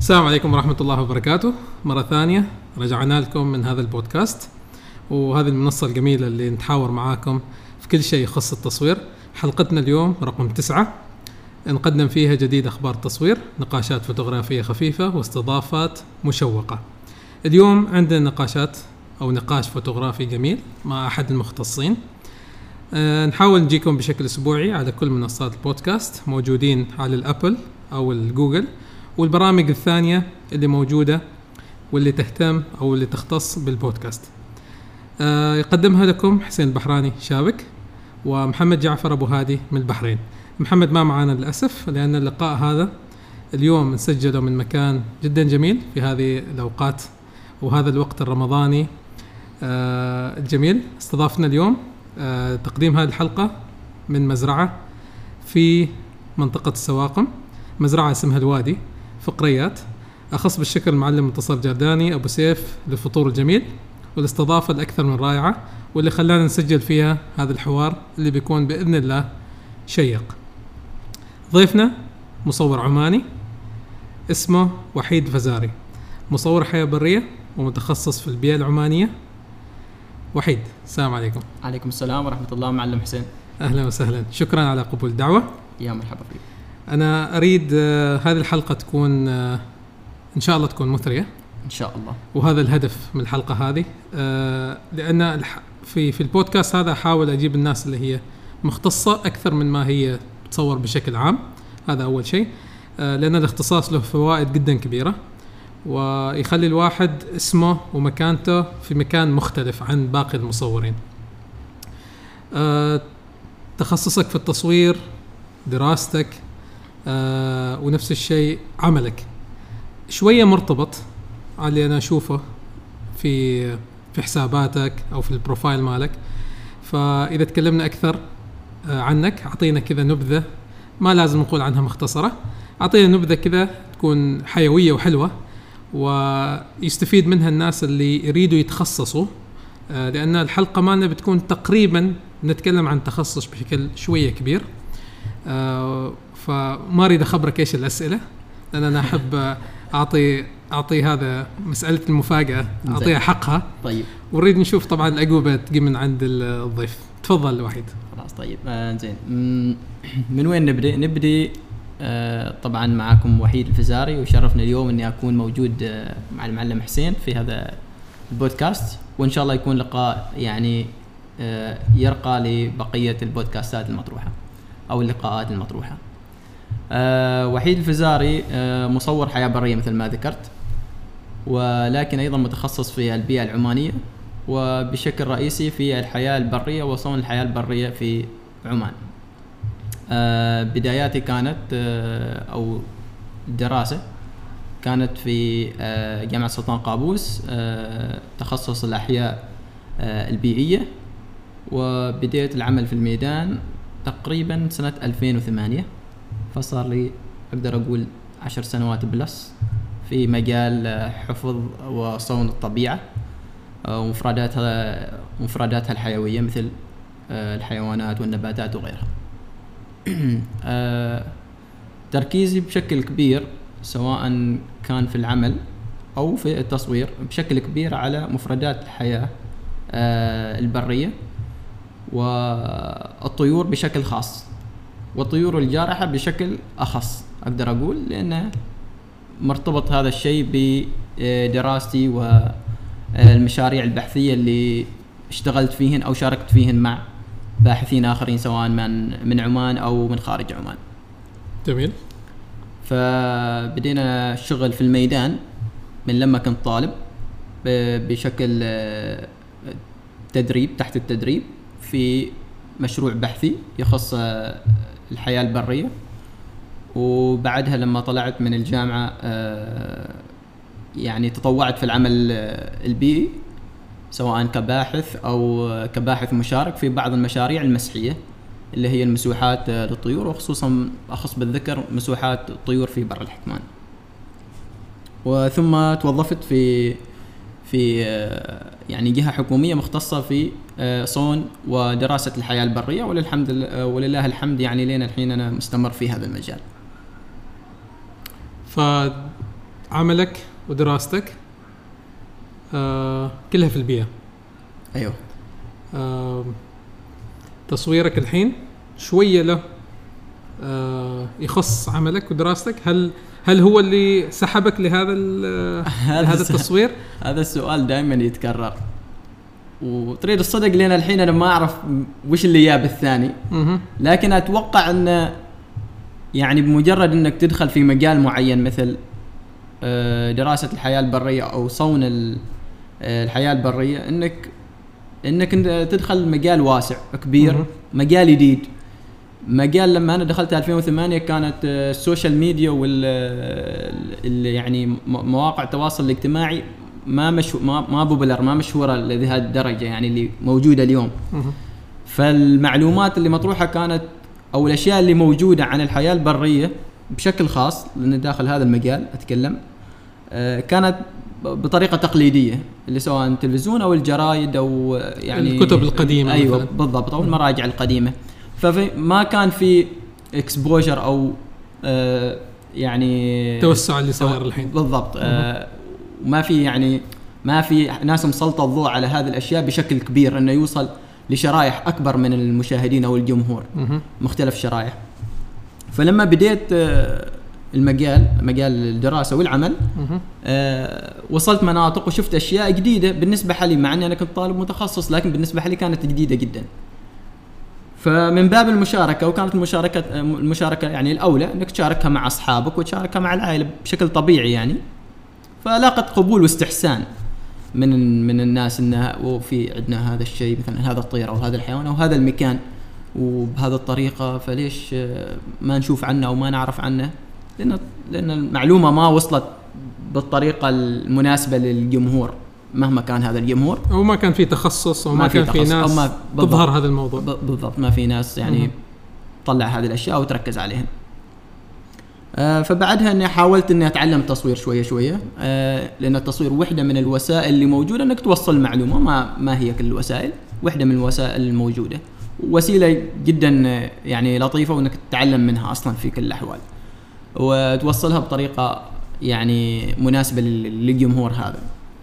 السلام عليكم ورحمة الله وبركاته. مرة ثانية رجعنا لكم من هذا البودكاست وهذه المنصة الجميلة اللي نتحاور معاكم في كل شيء يخص التصوير. حلقتنا اليوم رقم 9 نقدم فيها جديد أخبار التصوير، نقاشات فوتوغرافية خفيفة واستضافات مشوقة. اليوم عندنا نقاشات أو نقاش فوتوغرافي جميل مع أحد المختصين. نحاول نجيكم بشكل أسبوعي على كل منصات البودكاست، موجودين على الأبل أو الجوجل والبرامج الثانية اللي موجودة واللي تهتم أو اللي تختص بالبودكاست. يقدمها لكم حسين البحراني شابك ومحمد جعفر أبو هادي من البحرين. محمد ما معنا للأسف لأن اللقاء هذا اليوم نسجله من مكان جدا جميل في هذه الأوقات وهذا الوقت الرمضاني الجميل. استضافنا اليوم تقديم هذه الحلقة من مزرعة في منطقة السواقم، مزرعة اسمها الوادي في قريات، أخص بالشكر المعلم منتصر جرداني أبو سيف للفطور الجميل والاستضافة الأكثر من رائعة واللي خلانا نسجل فيها هذا الحوار اللي بيكون بإذن الله شيق. ضيفنا مصور عماني اسمه وحيد الفزاري، مصور حياة برية ومتخصص في البيئة العمانية. وحيد، السلام عليكم. عليكم السلام ورحمة الله معلم حسين. أهلا وسهلا، شكرا على قبول الدعوة. يا مرحبا فيك. أنا أريد هذه الحلقة تكون إن شاء الله تكون مثرية إن شاء الله، وهذا الهدف من الحلقة هذه. لأن في البودكاست هذا أحاول أجيب الناس اللي هي مختصة أكثر من ما هي تصور بشكل عام. هذا أول شيء، لأن الاختصاص له فوائد جدا كبيرة ويخلي الواحد اسمه ومكانته في مكان مختلف عن باقي المصورين. تخصصك في التصوير، دراستك، ونفس الشيء عملك شوية مرتبط على اللي أنا أشوفه في حساباتك أو في البروفايل مالك. فإذا تكلمنا أكثر عنك، أعطينا كذا نبذة، ما لازم نقول عنها مختصرة، أعطينا نبذة كذا تكون حيوية وحلوة ويستفيد منها الناس اللي يريدوا يتخصصوا، لأن الحلقة مالنا بتكون تقريبا نتكلم عن تخصص بشكل شوية كبير. فما أريد أخبرك إيش الأسئلة لأن أنا أحب أعطي هذا مسألة المفاجأة، أعطيها حقها. طيب، ونريد نشوف طبعا الأجوبة تجي من عند الضيف. تفضل وحيد. خلاص طيب. زين، من وين نبدأ؟ طبعا معكم وحيد الفزاري، وشرفنا اليوم أني أكون موجود مع المعلم حسين في هذا البودكاست، وإن شاء الله يكون لقاء يعني يرقى لبقية البودكاستات المطروحة أو اللقاءات المطروحة. وحيد الفزاري مصور حياة برية مثل ما ذكرت، ولكن أيضا متخصص في البيئة العمانية وبشكل رئيسي في الحياة البرية وصون الحياة البرية في عمان. بداياتي كانت أو دراسة كانت في جامعة سلطان قابوس، تخصص الأحياء البيئية، وبداية العمل في الميدان تقريبا سنة 2008، فصار لي أقدر أقول 10 سنوات بلس في مجال حفظ وصون الطبيعة ومفرداتها الحيوية مثل الحيوانات والنباتات وغيرها. تركيزي بشكل كبير سواء كان في العمل أو في التصوير بشكل كبير على مفردات الحياة البرية والطيور بشكل خاص، والطيور الجارحة بشكل أخص أقدر أقول، لأنه مرتبط هذا الشيء بدراستي والمشاريع البحثية اللي اشتغلت فيهن أو شاركت فيهن مع باحثين آخرين سواء من عمان أو من خارج عمان. جميل. فبدينا الشغل في الميدان من لما كنت طالب بشكل تدريب، تحت التدريب في مشروع بحثي يخص الحياة البرية. وبعدها لما طلعت من الجامعة يعني تطوعت في العمل البيئي سواء كباحث أو كباحث مشارك في بعض المشاريع المسحية اللي هي المسوحات للطيور، وخصوصا أخص بالذكر مسوحات الطيور في بر الحكمان. وثم توظفت في يعني جهة حكومية مختصة في صون ودراسة الحياة البرية، ولله الحمد يعني لين الحين أنا مستمر في هذا المجال. عملك ودراستك كلها في البيئة. ايوه. تصويرك الحين شوية له يخص عملك ودراستك. هل هو اللي سحبك لهذا هذا التصوير؟ هذا السؤال دائما يتكرر، وتريد الصدق لين الحين انا ما اعرف وش اللي جاب الثاني. لكن اتوقع ان يعني بمجرد انك تدخل في مجال معين مثل دراسة الحياة البرية او صون الحياة البرية، انك تدخل مجال واسع كبير، مجال جديد. مجال لما انا دخلت 2008 كانت السوشيال ميديا يعني مواقع التواصل الاجتماعي ما بوبولر، ما مشهوره لهذه الدرجه يعني اللي موجوده اليوم. فالمعلومات اللي مطروحه كانت او الاشياء اللي موجوده عن الحياه البريه بشكل خاص، لان داخل هذا المجال اتكلم، كانت بطريقه تقليديه، اللي سواء التلفزيون او الجرايد او يعني الكتب القديمه. ايوه مثلاً. بالضبط، او المراجع القديمه. فما كان في اكسبوجر او يعني توسع اللي صاير الحين. بالضبط. ما في ناس مسلطه الضوء على هذه الاشياء بشكل كبير انه يوصل لشرائح اكبر من المشاهدين او الجمهور، مختلف شرائح. فلما بديت مجال الدراسه والعمل، وصلت مناطق وشفت اشياء جديده بالنسبه لي، مع اني انا كنت طالب متخصص، لكن بالنسبه لي كانت جديده جدا. فمن باب المشاركه، وكانت المشاركه يعني الاولى انك تشاركها مع اصحابك وتشاركها مع العائله بشكل طبيعي يعني. فلاقت قبول واستحسان من الناس انه وفي عندنا هذا الشيء، مثلا هذا الطير او هذا الحيوان او هذا المكان وبهذه الطريقه، فليش ما نشوف عنه او ما نعرف عنه؟ لان المعلومه ما وصلت بالطريقه المناسبه للجمهور، مهما كان هذا الجمهور، او ما كان في تخصص، او ما كان في ناس تظهر هذا الموضوع. بالضبط، ما في ناس يعني تطلع هذه الاشياء وتركز عليها. فبعدها اني حاولت اني اتعلم التصوير شويه، لان التصوير وحده من الوسائل اللي موجوده انك توصل المعلومه، ما هي كل الوسائل، وحده من الوسائل الموجوده، وسيله جدا يعني لطيفه وانك تتعلم منها اصلا في كل الاحوال، وتوصلها بطريقه يعني مناسبه للجمهور هذا.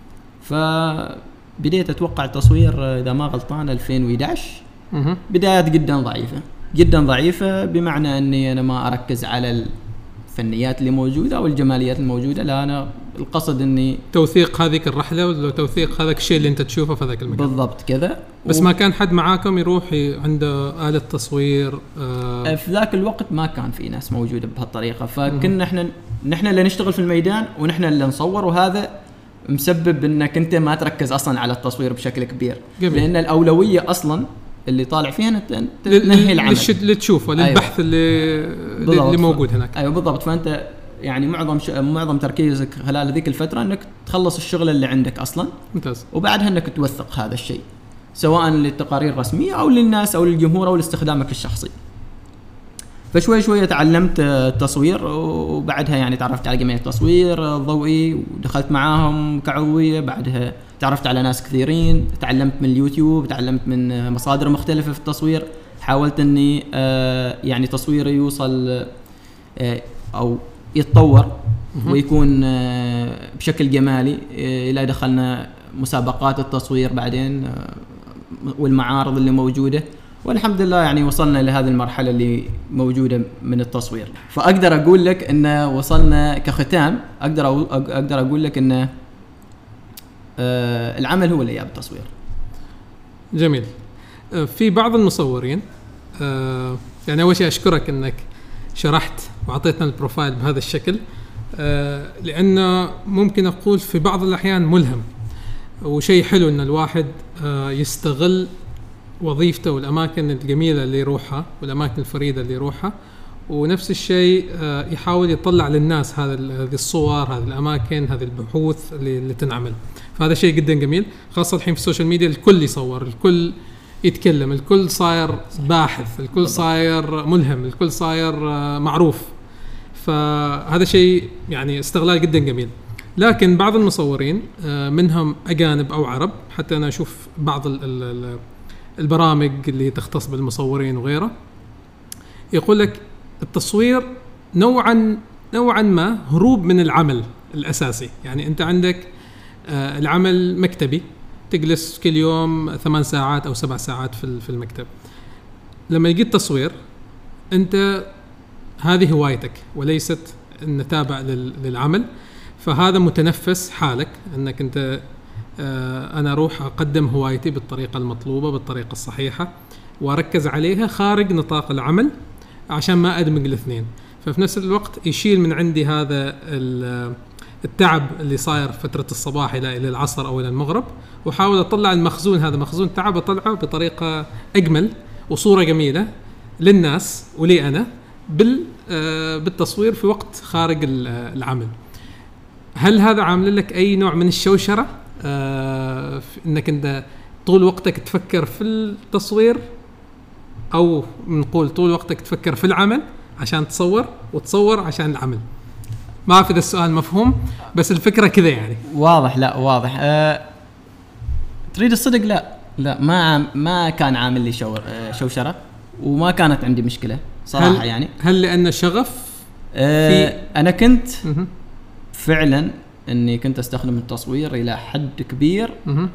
فبديت اتوقع التصوير اذا ما غلطان 2011. بدايات جدا ضعيفه، بمعنى اني انا ما اركز على الفنيات اللي موجوده او الجماليات الموجوده، لا، انا القصد اني توثيق هذيك الرحله ولا توثيق هذاك الشيء اللي انت تشوفه في ذاك المكان. بالضبط كذا. بس ما كان حد معاكم يروح عنده آلة تصوير؟ في ذاك الوقت ما كان في ناس موجوده بهالطريقه، فكنا نحن اللي نشتغل في الميدان ونحن اللي نصور، وهذا مسبب انك انت ما تركز اصلا على التصوير بشكل كبير. جميل. لان الاولويه اصلا اللي طالع فيها تنهي العمل اللي تشوفه، للبحث. أيوة. اللي موجود هناك. ايوه بالضبط. فانت يعني معظم تركيزك خلال ذيك الفتره انك تخلص الشغل اللي عندك اصلا. ممتاز. وبعدها انك توثق هذا الشيء، سواء للتقارير الرسميه او للناس او للجمهور او لاستخدامك الشخصي. فشوي تعلمت التصوير، وبعدها يعني تعرفت على جميع التصوير الضوئي ودخلت معاهم كعضوية. بعدها تعرفت على ناس كثيرين، تعلمت من اليوتيوب، تعلمت من مصادر مختلفة في التصوير. حاولت اني يعني تصويري يوصل او يتطور ويكون بشكل جمالي، الى دخلنا مسابقات التصوير بعدين والمعارض اللي موجودة، والحمد لله يعني وصلنا لهذه المرحلة اللي موجودة من التصوير. فأقدر أقول لك إن وصلنا كختام، أقدر أقول لك إن العمل هو اللي جاب التصوير. جميل. في بعض المصورين، يعني أول شيء أشكرك إنك شرحت وعطيتنا البروفايل بهذا الشكل، لأنه ممكن أقول في بعض الأحيان ملهم، وشيء حلو إن الواحد يستغل وظيفته والأماكن الجميلة اللي يروحها والأماكن الفريدة اللي يروحها، ونفس الشيء يحاول يطلع للناس هذه الصور، هذه الأماكن، هذه البحوث اللي تنعمل. فهذا شيء جدا جميل، خاصة الحين في السوشيال ميديا الكل يصور، الكل يتكلم، الكل صاير باحث، الكل صاير ملهم، الكل صاير معروف. فهذا شيء يعني استغلال جدا جميل. لكن بعض المصورين منهم أجانب أو عرب، حتى أنا أشوف بعض البرامج اللي تختص بالمصورين وغيره، يقول لك التصوير نوعا ما هروب من العمل الأساسي. يعني أنت عندك العمل مكتبي، تجلس كل يوم 8 ساعات أو 7 ساعات في المكتب. لما يجي التصوير أنت هذه هوايتك وليست النتابع للعمل، فهذا متنفس حالك أنك أنت أنا أروح أقدم هوايتي بالطريقة المطلوبة بالطريقة الصحيحة وأركز عليها خارج نطاق العمل عشان ما أدمج الاثنين. ففي نفس الوقت يشيل من عندي هذا التعب اللي صاير فترة الصباح إلى العصر أو إلى المغرب، وحاول أطلع المخزون، هذا مخزون تعب، أطلعه بطريقة أجمل وصورة جميلة للناس ولي أنا بالتصوير في وقت خارج العمل. هل هذا عامل لك أي نوع من الشوشرة إنك أنت طول وقتك تفكر في التصوير، أو نقول طول وقتك تفكر في العمل عشان تصور وتصور عشان العمل؟ ما أعرف إذا السؤال مفهوم، بس الفكرة كذا يعني. واضح. لا واضح. تريد الصدق؟ لا ما كان عامل لي شوشرة، وما كانت عندي مشكلة صراحة. يعني هل لأن شغف أنا كنت فعلا أني كنت أستخدم التصوير إلى حد كبير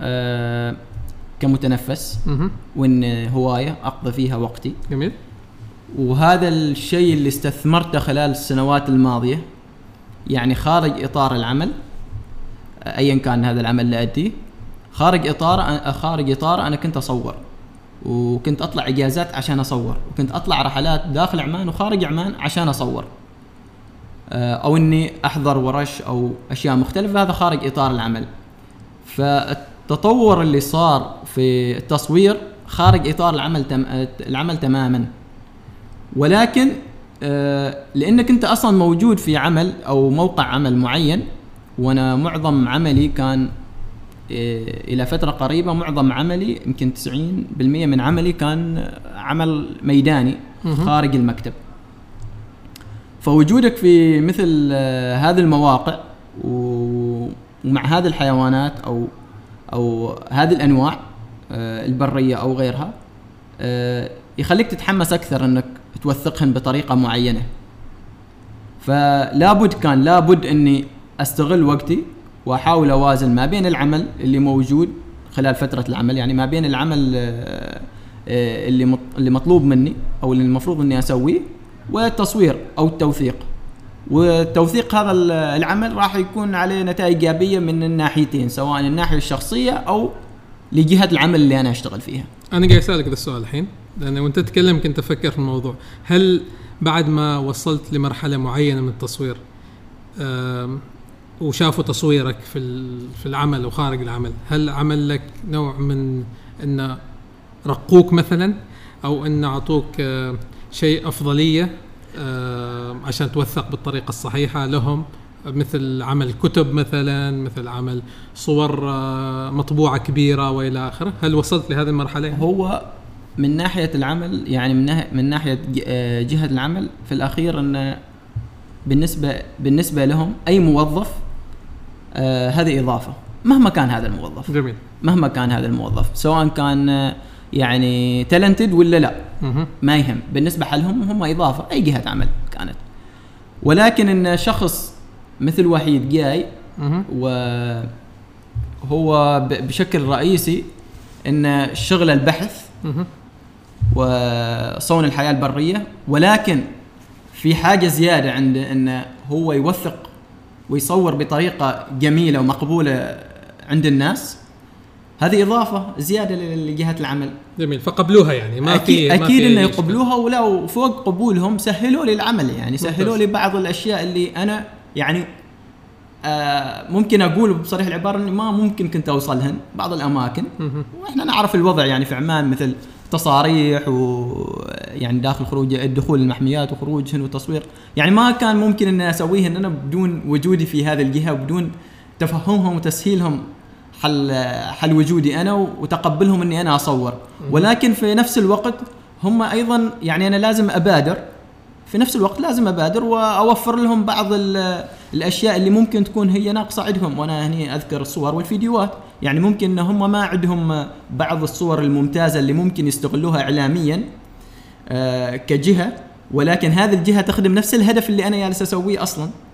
كمتنفس، وإن هواية أقضي فيها وقتي. جميل. وهذا الشيء اللي استثمرته خلال السنوات الماضية، يعني خارج إطار العمل أيا كان هذا العمل اللي أديه، خارج إطار أنا كنت أصور، وكنت أطلع إجازات عشان أصور، وكنت أطلع رحلات داخل عمان وخارج عمان عشان أصور، أو إني أحضر ورش أو أشياء مختلفة. هذا خارج إطار العمل. فالتطور اللي صار في التصوير خارج إطار العمل تماما. ولكن لأنك أنت أصلا موجود في عمل أو موقع عمل معين، وأنا معظم عملي كان إلى فترة قريبة، معظم عملي يمكن 90% من عملي كان عمل ميداني خارج المكتب. فوجودك في مثل هذه المواقع ومع هذه الحيوانات أو هذه الأنواع البرية أو غيرها يخليك تتحمس أكثر أنك توثقهن بطريقة معينة. لابد أني أستغل وقتي وأحاول أوازن ما بين العمل اللي موجود خلال فترة العمل، يعني ما بين العمل اللي مطلوب مني أو اللي المفروض أني أسويه، والتصوير أو التوثيق. والتوثيق هذا العمل راح يكون عليه نتائج إيجابية من الناحيتين، سواء الناحية الشخصية أو لجهة العمل اللي أنا أشتغل فيها. أنا جاي أسألك هذا السؤال الحين، لأن وأنت تتكلم كنت أفكر في الموضوع. هل بعد ما وصلت لمرحلة معينة من التصوير وشافوا تصويرك في العمل وخارج العمل، هل عمل لك نوع من أن رقوك مثلا، أو أن أعطوك شيء أفضلية عشان توثق بالطريقة الصحيحة لهم، مثل عمل كتب مثلا، مثل عمل صور مطبوعة كبيرة وإلى آخره؟ هل وصلت لهذه المرحلة؟ هو من ناحية العمل، يعني من ناحية جهة العمل في الأخير، أن بالنسبة لهم أي موظف هذه إضافة مهما كان هذا الموظف. جميل. مهما كان هذا الموظف، سواء كان يعني تالنتد ولا لا، ما يهم. بالنسبة لهم هم إضافة، أي جهة عمل كانت. ولكن إن شخص مثل وحيد جاي وهو بشكل رئيسي إن شغل البحث وصون الحياة البرية، ولكن في حاجة زيادة عند إن هو يوثق ويصور بطريقة جميلة ومقبولة عند الناس، هذه إضافة زيادة لجهة العمل. جميل. فقبلوها يعني، ما في أكيد إنه يقبلوها، ولو فوق قبولهم سهلوا لي العمل، يعني سهلوا لي بعض الأشياء اللي أنا يعني ممكن أقول بصريح العبارة إني ما ممكن كنت أوصلهن بعض الأماكن. وإحنا نعرف الوضع يعني في عمان، مثل تصاريح ويعني داخل خروج الدخول المحميات وخروجهن وتصوير، يعني ما كان ممكن إن أسويهن أنا بدون وجودي في هذه الجهة وبدون تفهمهم وتسهيلهم حل وجودي أنا وتقبلهم إني أنا أصور. ولكن في نفس الوقت هم أيضا يعني أنا لازم أبادر، في نفس الوقت لازم أبادر وأوفر لهم بعض الأشياء اللي ممكن تكون هي ناقصة عندهم. وأنا هني أذكر الصور والفيديوهات، يعني ممكن إن هم ما عندهم بعض الصور الممتازة اللي ممكن يستغلوها إعلاميا كجهة، ولكن هذه الجهة تخدم نفس الهدف اللي أنا جالس أسويه أصلا.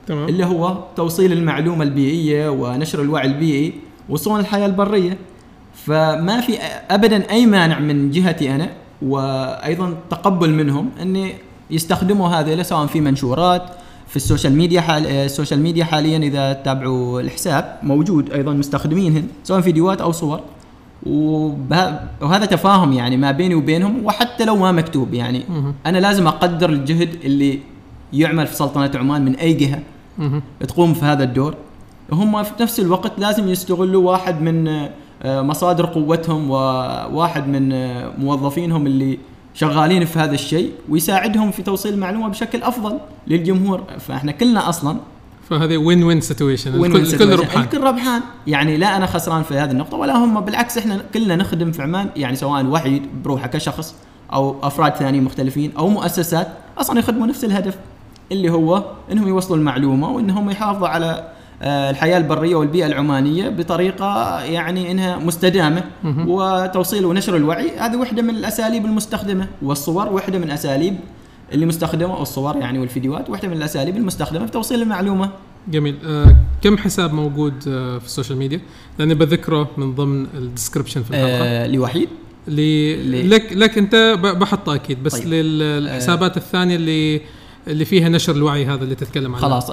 تمام. اللي هو توصيل المعلومة البيئية ونشر الوعي البيئي وصون الحياة البرية. فما في أبدا أي مانع من جهتي أنا وأيضا تقبل منهم أن يستخدموا هذا سواء في منشورات في السوشيال ميديا. السوشيال ميديا حاليا إذا تابعوا الحساب موجود أيضا مستخدمينهن سواء فيديوهات أو صور، وهذا تفاهم يعني ما بيني وبينهم. وحتى لو ما مكتوب يعني أنا لازم أقدر الجهد اللي يعمل في سلطنة عمان من أي جهة تقوم في هذا الدور. هم في نفس الوقت لازم يستغلوا واحد من مصادر قوتهم وواحد من موظفينهم اللي شغالين في هذا الشيء ويساعدهم في توصيل المعلومة بشكل أفضل للجمهور. فإحنا كلنا أصلاً فهذه وين وين سيتويشن، الكل ربحان يعني. لا أنا خسران في هذه النقطة ولا هم، بالعكس إحنا كلنا نخدم في عمان يعني، سواء وحيد بروحه كشخص أو أفراد ثانيين مختلفين أو مؤسسات أصلاً يخدموا نفس الهدف اللي هو إنهم يوصلوا المعلومة وإنهم يحافظوا على الحياة البرية والبيئة العمانية بطريقة يعني إنها مستدامة. وتوصيل ونشر الوعي هذه واحدة من الأساليب المستخدمة، والصور واحدة من أساليب اللي مستخدمة، والصور يعني والفيديوهات واحدة من الأساليب المستخدمة في توصيل المعلومة. جميل. كم حساب موجود في السوشيال ميديا؟ لأني بذكره من ضمن الديسكريبشن في الحلقة. لوحيد لك أنت بحطه أكيد، بس طيب. للحسابات الثانية اللي فيها نشر الوعي هذا اللي تتكلم عنه. خلاص.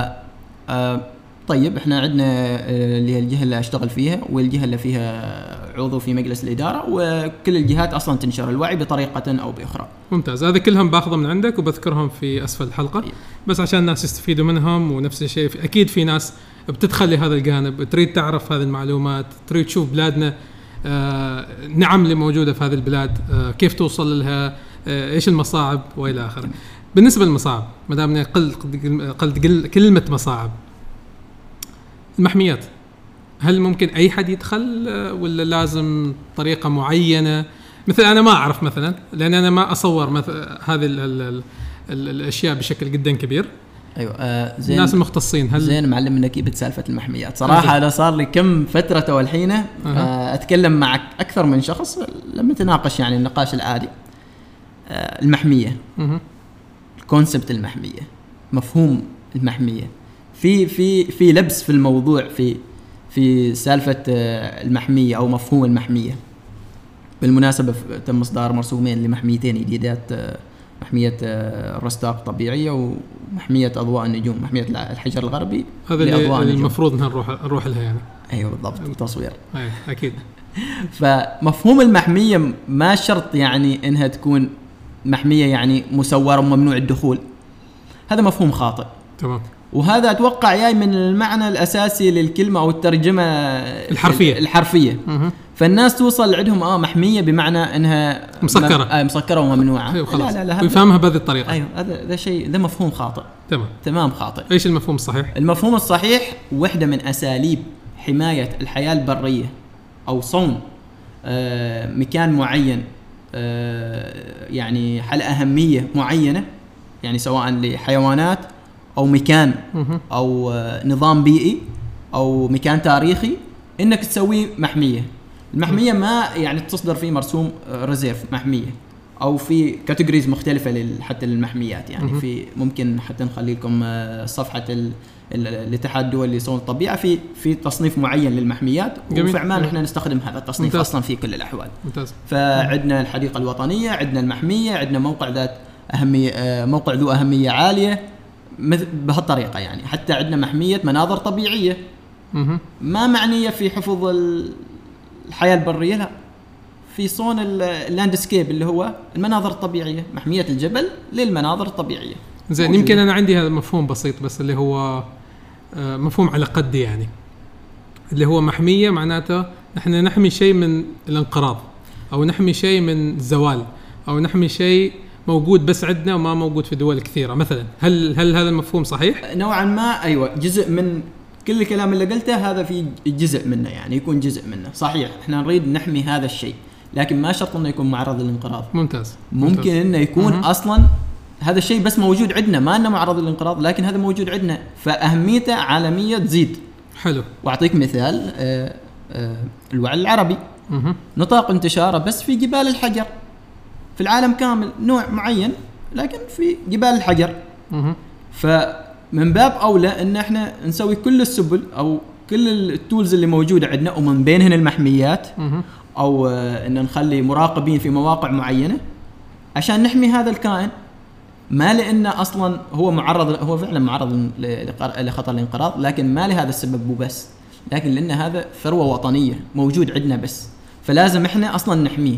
طيب احنا عندنا اللي هي الجهة اللي اشتغل فيها والجهة اللي فيها عضو في مجلس الإدارة، وكل الجهات أصلا تنشر الوعي بطريقة أو بأخرى. ممتاز. هذا كلهم باخذه من عندك وبذكرهم في أسفل الحلقة بس عشان الناس يستفيدوا منهم. ونفس الشيء أكيد في ناس بتدخل لهذا الجانب، تريد تعرف هذه المعلومات، تريد تشوف بلادنا نعم اللي موجودة في هذه البلاد، كيف توصل لها، إيش المصاعب وإلى آخره. بالنسبة للمصاعب، ما دامنا قلت كلمة مصاعب، المحميات، هل ممكن أي حد يدخل ولا لازم طريقة معينة؟ مثل أنا ما أعرف مثلا، لأن أنا ما أصور هذه الأشياء بشكل جدا كبير. أيوة. زين. الناس المختصين زين معلم منك بسالفة المحميات. صراحة أنا صار لي كم فترة والحين أتكلم مع أكثر من شخص لما تناقش يعني النقاش العادي. المحمية، الكونسبت المحمية، مفهوم المحمية، في لبس في الموضوع في سالفة المحمية أو مفهوم المحمية. بالمناسبة تم إصدار مرسومين لمحميتين جديدات، محمية الرستاق الطبيعية ومحمية أضواء النجوم، محمية الحجر الغربي. هذا اللي المفروض إنها نروح لها يعني. أيوة بالضبط، التصوير. أيوة أكيد. فمفهوم المحمية ما شرط يعني إنها تكون محمية يعني مسورة وممنوع الدخول، هذا مفهوم خاطئ. تمام. وهذا أتوقع جاي من المعنى الأساسي للكلمة أو الترجمة الحرفية. فالناس توصل عندهم محمية بمعنى أنها مسكرة وممنوعة. لا ويفهمها بهذه الطريقة. أيوة هذا شيء، ده مفهوم خاطئ. تمام خاطئ. إيش المفهوم الصحيح؟ المفهوم الصحيح واحدة من أساليب حماية الحياة البرية أو صون مكان معين يعني حل أهمية معينة، يعني سواء لحيوانات أو مكان أو نظام بيئي أو مكان تاريخي، إنك تسوي محمية. المحمية ما يعني تصدر فيه مرسوم ريزيرف محمية أو في كاتيجوريز مختلفة حتى للمحميات يعني. في ممكن حتى نخلي لكم صفحة الاتحاد الدولي لصون الطبيعة في تصنيف معين للمحميات. وفي عمان احنا نستخدم هذا التصنيف أصلا في كل الأحوال. ممتاز. فعندنا الحديقة الوطنية، عندنا المحمية، عندنا موقع ذات أهمية، موقع ذو أهمية عالية بهالطريقة يعني. حتى عندنا محمية مناظر طبيعية ما معنية في حفظ الحياة البرية، لا، في صون اللاندسكيب اللي هو المناظر الطبيعية، محمية الجبل للمناظر الطبيعية. زين. يمكن أنا عندي هذا مفهوم بسيط بس اللي هو مفهوم على قد يعني، اللي هو محمية معناته نحن نحمي شيء من الانقراض أو نحمي شيء من الزوال أو نحمي شيء موجود بس عندنا وما موجود في دول كثيرة مثلا. هل هذا المفهوم صحيح؟ نوعا ما أيوة، جزء من كل الكلام اللي قلته هذا في جزء منه يعني، يكون جزء منه صحيح. احنا نريد نحمي هذا الشيء لكن ما شرط انه يكون معرض للانقراض. ممتاز. ممكن انه يكون اصلا هذا الشيء بس موجود عندنا، ما انه معرض للانقراض لكن هذا موجود عندنا، فأهميته عالمية تزيد. حلو. واعطيك مثال، الوعل العربي نطاق انتشاره بس في جبال الحجر في العالم كامل، نوع معين لكن في جبال الحجر. من باب اولى ان احنا نسوي كل السبل او كل التولز اللي موجوده عندنا ومن بينهن المحميات او ان نخلي مراقبين في مواقع معينه عشان نحمي هذا الكائن، ما لانه اصلا هو فعلا معرض لخطر الانقراض، لكن ما لهذا السبب وبس، لكن لان هذا ثروه وطنيه موجود عندنا بس، فلازم احنا اصلا نحميه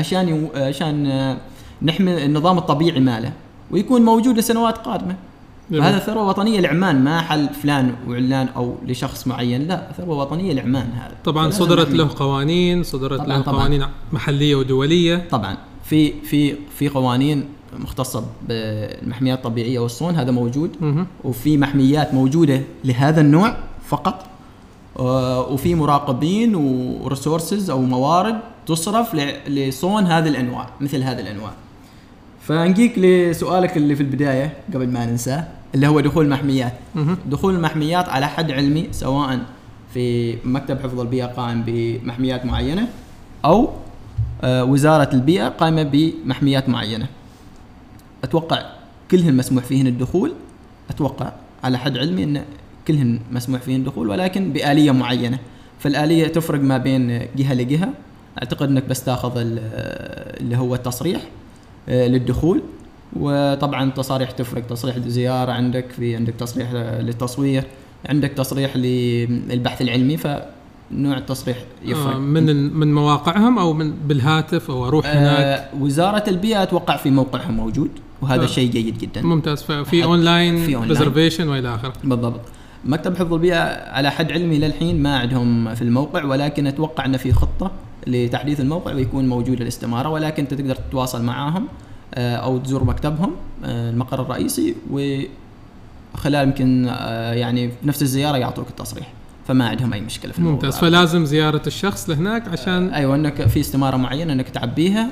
عشان نحمي النظام الطبيعي ماله ويكون موجود لسنوات قادمه. فهذا ثروه وطنيه لعمان، ما حل فلان وعلان او لشخص معين، لا، ثروه وطنيه لعمان هذا. طبعا صدرت له قوانين، طبعاً قوانين محليه ودوليه. طبعا في قوانين مختصه بالمحميات الطبيعيه والصون، هذا موجود. وفي محميات موجوده لهذا النوع فقط، وفي مراقبين وريسورسز او موارد تصرف لصون هذه الانواع، مثل هذه الانواع. فنجيك لسؤالك اللي في البدايه قبل ما ننساه، اللي هو دخول المحميات. دخول المحميات على حد علمي، سواء في مكتب حفظ البيئه قائم بمحميات معينه او وزاره البيئه قائمه بمحميات معينه، اتوقع كلهن مسموح فيهن الدخول. اتوقع على حد علمي ان كلهن مسموح فيهن الدخول، ولكن بآلية معينة. فالآلية تفرق ما بين جهة لجهة. اعتقد انك بس تاخذ اللي هو التصريح للدخول، وطبعا التصاريح تفرق. تصريح زيارة عندك تصريح للتصوير، عندك تصريح للبحث العلمي، فنوع التصريح يفرق. من مواقعهم او بالهاتف او اروح هناك؟ وزارة البيئة اتوقع في موقعهم موجود، وهذا شيء جيد جدا. ممتاز. في اونلاين ريزرفيشن والى اخره. بالضبط. مكتب حفظ البيئة على حد علمي للحين ما عندهم في الموقع، ولكن اتوقع ان في خطة لتحديث الموقع ويكون موجود الاستمارة، ولكن انت تقدر تتواصل معهم او تزور مكتبهم المقر الرئيسي، وخلال يمكن يعني نفس الزيارة يعطوك التصريح، فما عندهم اي مشكلة في الموضوع. ممتاز. فلازم زيارة الشخص لهناك عشان ايوه، انك في استمارة معينة انك تعبيها،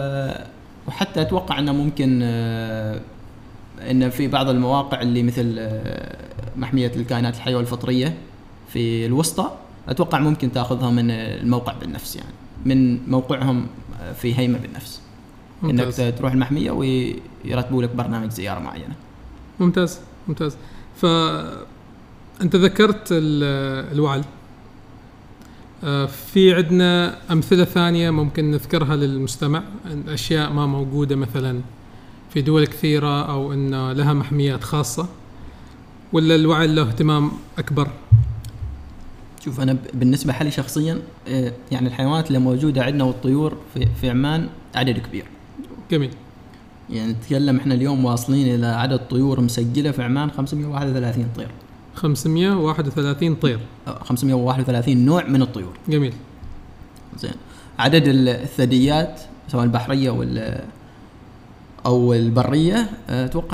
وحتى اتوقع انه ممكن ان في بعض المواقع اللي مثل محمية الكائنات الحية والفطرية في الوسطى، اتوقع ممكن تاخذها من الموقع بالنفس، يعني من موقعهم في هيمة بالنفس. ممتاز. انك تروح المحمية ويرتبوا لك برنامج زيارة معينة. ممتاز. فانت ذكرت الوعل، في عندنا امثلة ثانية ممكن نذكرها للمستمع، اشياء ما موجودة مثلا في دول كثيرة أو إن لها محميات خاصة، ولا الوعل له اهتمام أكبر؟ شوف، أنا بالنسبة لي شخصيا يعني الحيوانات اللي موجودة عندنا والطيور في عمان عدد كبير. جميل. يعني نتكلم إحنا اليوم واصلين إلى عدد طيور مسجلة في عمان 531 طير. 531 طير. 531 نوع من الطيور. جميل. زين. عدد الثدييات سواء البحرية أو البرية أتوقع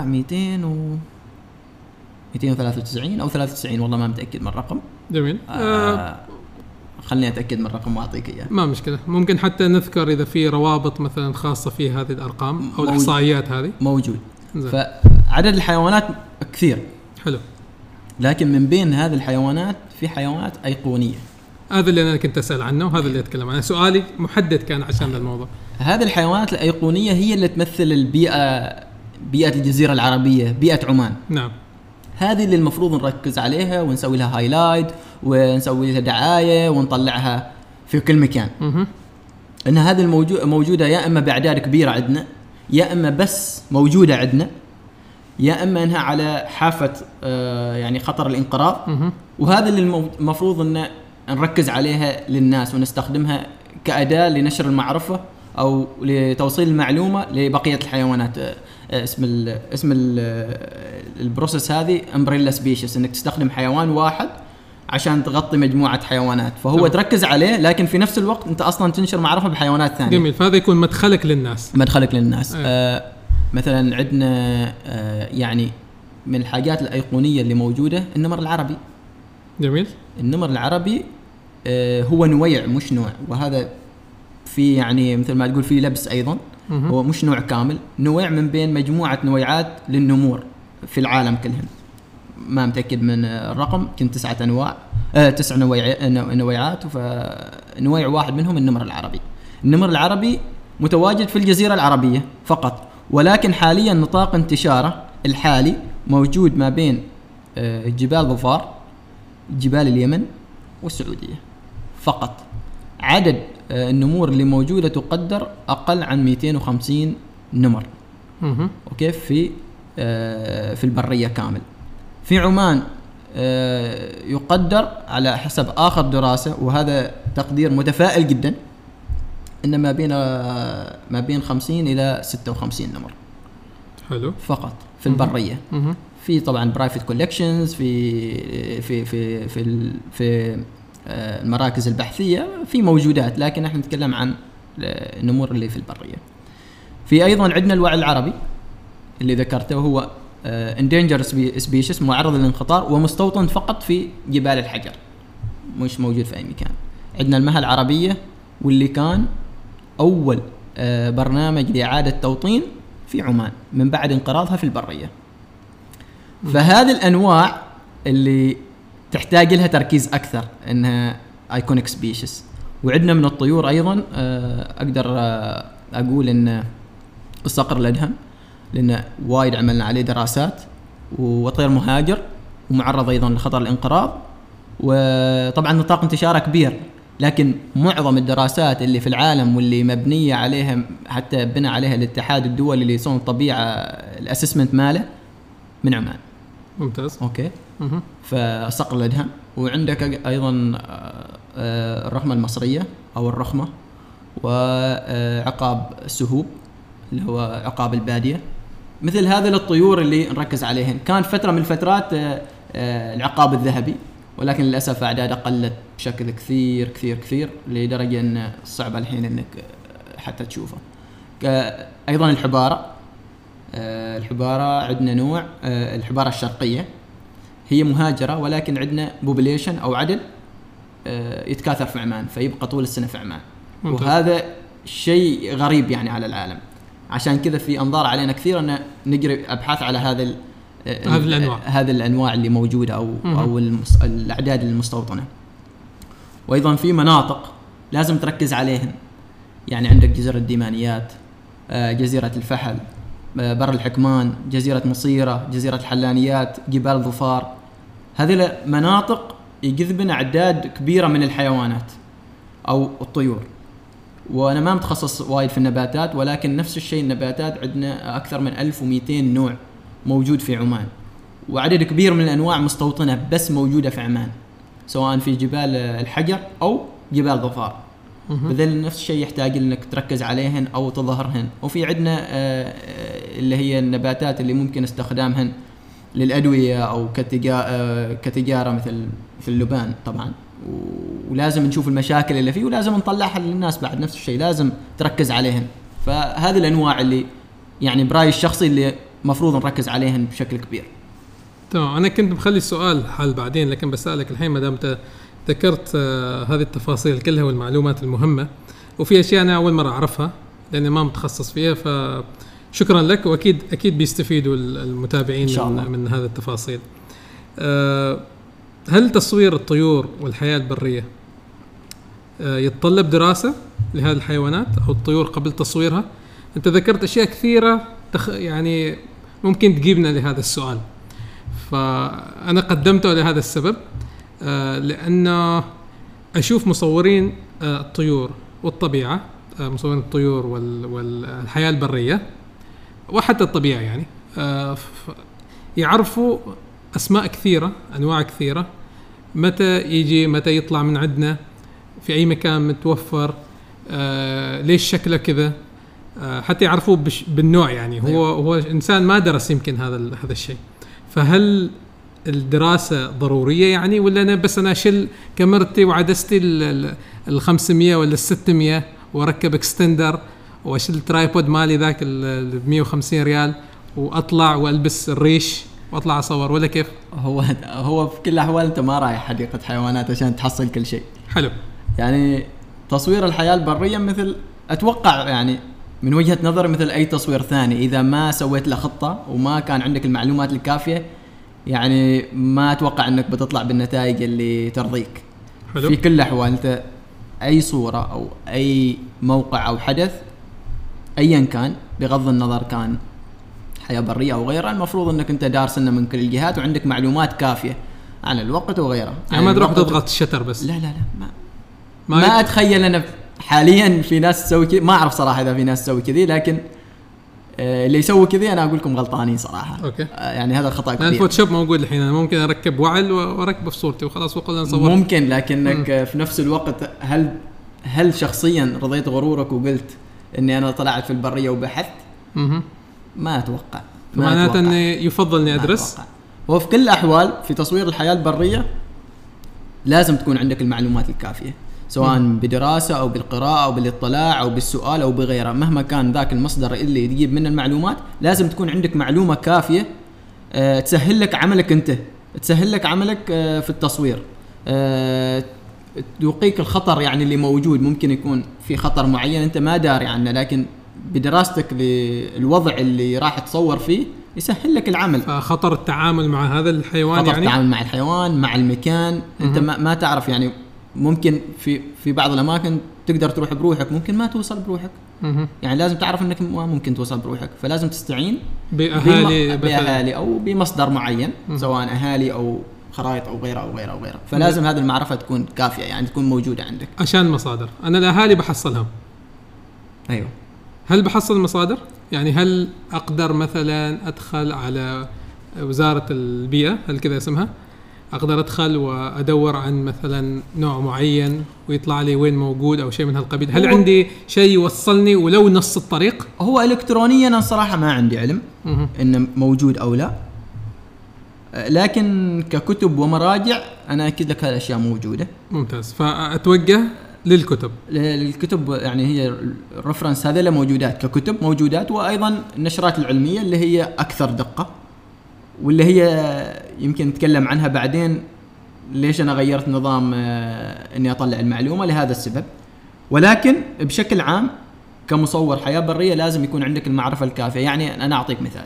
293 أو 93، والله ما متأكد من الرقم. جميل. خلني أتأكد من الرقم وأعطيك إياه. ما مشكلة. ممكن حتى نذكر إذا في روابط مثلا خاصة في هذه الأرقام أو الإحصائيات هذه. موجود. فعدد الحيوانات كثير. حلو. لكن من بين هذه الحيوانات في حيوانات أيقونية. هذا اللي أنا كنت أسأل عنه، وهذا اللي أتكلم عنه. سؤالي محدد كان عشان الموضوع. هذه الحيوانات الأيقونية هي اللي تمثل بيئة الجزيرة العربية، بيئة عمان. نعم. هذه اللي المفروض نركز عليها ونسوي لها هايلايت ونسوي لها دعاية ونطلعها في كل مكان. إن هذه موجودة يا إما بأعداد كبيرة عندنا، يا إما بس موجودة عندنا، يا إما إنها على حافة يعني خطر الانقراض. وهذا اللي المفروض إن نركز عليها للناس ونستخدمها كأداة لنشر المعرفة أو لتوصيل المعلومة لبقية الحيوانات. اسم البروسيس هذه امبريلا سبيشيس، انك تستخدم حيوان واحد عشان تغطي مجموعة حيوانات، فهو تركز عليه، لكن في نفس الوقت انت اصلا تنشر معرفة بحيوانات ثانية. جميل. فهذا يكون مدخلك للناس. مثلا عندنا يعني من الحاجات الأيقونية اللي موجودة النمر العربي. جميل. النمر العربي هو نويع مش نوع، وهذا في يعني مثل ما تقول في لبس أيضا. هو مش نوع كامل، نوع من بين مجموعة نويعات للنمور في العالم كلهم. ما متأكد من الرقم، كنت 9 أنواع 9 نويعات، فنويع واحد منهم النمر العربي. النمر العربي متواجد في الجزيرة العربية فقط، ولكن حاليا نطاق انتشاره الحالي موجود ما بين جبال ظفار، جبال اليمن والسعودية فقط. عدد النمور اللي موجودة تقدر أقل عن 250 نمر. أوكي، في البرية كامل. في عمان يقدر على حسب آخر دراسة، وهذا تقدير متفائل جدا، إن ما بين 50 إلى 56 نمر. حلو. فقط في البرية. في طبعا برايفت كولكشنز في المراكز البحثية في موجودات، لكن احنا نتكلم عن النمور اللي في البرية. في أيضا عندنا الوعي العربي اللي ذكرته، هو endangered species، معرض للانقراض ومستوطن فقط في جبال الحجر، مش موجود في أي مكان. عندنا المها العربية، واللي كان أول برنامج لإعادة توطين في عمان من بعد انقراضها في البرية. فهذه الأنواع اللي تحتاج لها تركيز أكثر، إنها iconic species. وعندنا من الطيور أيضا أقدر أقول إن الصقر الأدهم، لأن وايد عملنا عليه دراسات، وطير مهاجر ومعرض أيضا لخطر الانقراض، وطبعا نطاق انتشاره كبير، لكن معظم الدراسات اللي في العالم واللي مبنية عليها، حتى بنى عليها الاتحاد الدولي لصون الطبيعة الأسسمنت ماله، من عمان. ممتاز. أوكي. فصقر الأدهم. وعندك أيضا الرخمة المصرية أو الرخمة، وعقاب السهوب اللي هو عقاب البادية. مثل هذه الطيور اللي نركز عليهن. كان فترة من الفترات العقاب الذهبي، ولكن للأسف أعداده قلت بشكل كثير كثير كثير، لدرجة أن صعب الحين أنك حتى تشوفه. أيضا الحبارة عندنا نوع الحبارة الشرقية، هي مهاجرة، ولكن عندنا بوبليشن أو عدد يتكاثر في عمان، فيبقى طول السنة في عمان. وهذا شيء غريب يعني على العالم، عشان كذا في أنظار علينا كثير أن نجري أبحاث على هذه الأنواع اللي موجودة أو الأعداد المستوطنة. وأيضا في مناطق لازم تركز عليهن، يعني عندك جزيرة الديمانيات، جزيرة الفحل، بر الحكمان، جزيرة مصيرة، جزيرة الحلانيات، جبال ظفار. هذه مناطق يجذبن أعداد كبيرة من الحيوانات أو الطيور. وأنا ما متخصص وايد في النباتات، ولكن نفس الشيء النباتات عندنا أكثر من 1200 نوع موجود في عمان، وعدد كبير من الأنواع مستوطنة بس موجودة في عمان، سواء في جبال الحجر أو جبال ظفار. بذل نفس الشيء يحتاج انك تركز عليهن او تظهرهن. وفي عندنا اللي هي النباتات اللي ممكن استخدامهن للأدوية او كتجارة، مثل اللبان طبعا، ولازم نشوف المشاكل اللي فيه ولازم نطلعها للناس بعد. نفس الشيء لازم تركز عليهن. فهذه الانواع اللي يعني برايي الشخصي اللي مفروض نركز عليهن بشكل كبير. تمام. انا كنت مخلي السؤال حل بعدين، لكن بسألك الحين ما دام ذكرت هذه التفاصيل كلها والمعلومات المهمة، وفي أشياء أنا أول مرة أعرفها لأني ما متخصص فيها، فشكرا لك. وأكيد بيستفيدوا المتابعين من هذه التفاصيل. هل تصوير الطيور والحياة البرية يتطلب دراسة لهذه الحيوانات أو الطيور قبل تصويرها؟ أنت ذكرت أشياء كثيرة يعني ممكن تجيبنا لهذا السؤال، فأنا قدمته لهذا السبب، لأن أشوف مصورين الطيور والطبيعة، مصورين الطيور والحياة البرية وحتى الطبيعة، يعني يعرفوا أسماء كثيرة، أنواع كثيرة، متى يطلع من عندنا، في أي مكان متوفر، ليش شكله كذا، حتى يعرفوا بالنوع. يعني هو إنسان ما درس يمكن هذا الشيء. فهل الدراسة ضرورية يعني، ولا أنا أشيل كاميرتي وعدستي 500 ولا 600 وأركب اكستندر وأشيل ترايبود مالي ذاك 150 ريال وأطلع وألبس الريش وأطلع أصور، ولا كيف؟ هو في كل الأحوال أنت ما رايح حديقة حيوانات عشان تحصل كل شيء. حلو. يعني تصوير الحياة البرية مثل أتوقع يعني من وجهة نظر مثل أي تصوير ثاني، إذا ما سويت له خطة وما كان عندك المعلومات الكافية، يعني ما أتوقع أنك بتطلع بالنتائج اللي ترضيك. حلو. في كل الأحوال أنت أي صورة أو أي موقع أو حدث أيا كان، بغض النظر كان حياة برية أو غيرها، المفروض أنك أنت دارسنا من كل الجهات وعندك معلومات كافية عن الوقت وغيرها. يعني ما تروح تضغط الشتر بس. لا ما أتخيل أنا حاليا في ناس تسوي كذي، ما أعرف صراحة إذا في ناس تسوي كذي، لكن اللي يسوي كذي أنا أقول لكم غلطانين صراحة. أوكي. يعني هذا الخطأ كبير. الفوتوشوب موجود الحين، أنا ممكن أركب وعل وأركب في صورتي وخلاص وقلنا نصور. ممكن، لكنك في نفس الوقت هل شخصيا رضيت غرورك وقلت إني أنا طلعت في البرية وبحثت؟ ما أتوقع. معناته إني يفضل إني أدرس. وفي كل الأحوال في تصوير الحياة البرية لازم تكون عندك المعلومات الكافية، سواء بدراسة أو بالقراءة أو بالاطلاع أو بالسؤال أو بغيره، مهما كان ذاك المصدر اللي تجيب من المعلومات لازم تكون عندك معلومة كافية تسهل لك عملك أنت، تسهل لك عملك في التصوير، توقيك الخطر يعني اللي موجود. ممكن يكون في خطر معين أنت ما داري عنه، لكن بدراستك للوضع اللي راح تصور فيه يسهل لك العمل. فخطر التعامل مع هذا الحيوان، خطر التعامل مع الحيوان، مع المكان. أنت ما تعرف، يعني ممكن في بعض الأماكن تقدر تروح بروحك، ممكن ما توصل بروحك. يعني لازم تعرف أنك ما ممكن توصل بروحك، فلازم تستعين بأهالي أو بمصدر معين، سواء أهالي أو خرائط أو غيره أو غيره أو غيره. فلازم هذه المعرفة تكون كافية، يعني تكون موجودة عندك. عشان مصادر، أنا الأهالي بحصلهم. أيوه. هل بحصل مصادر؟ يعني هل أقدر مثلا أدخل على وزارة البيئة، هل كذا اسمها، أقدر أدخل وأدور عن مثلا نوع معين ويطلع لي وين موجود أو شيء من هالقبيل؟ هل عندي شيء يوصلني ولو نص الطريق؟ هو إلكترونيا أنا صراحة ما عندي علم إنه موجود أو لا، لكن ككتب ومراجع أنا أكيد لك هالأشياء موجودة. ممتاز. فأتوجه للكتب يعني هي الرفرنس هذا اللي موجودات ككتب موجودات، وأيضا النشرات العلمية اللي هي أكثر دقة، واللي هي يمكن نتكلم عنها بعدين ليش أنا غيرت نظام إني أطلع المعلومة لهذا السبب. ولكن بشكل عام كمصور حياة برية لازم يكون عندك المعرفة الكافية. يعني أنا أعطيك مثال،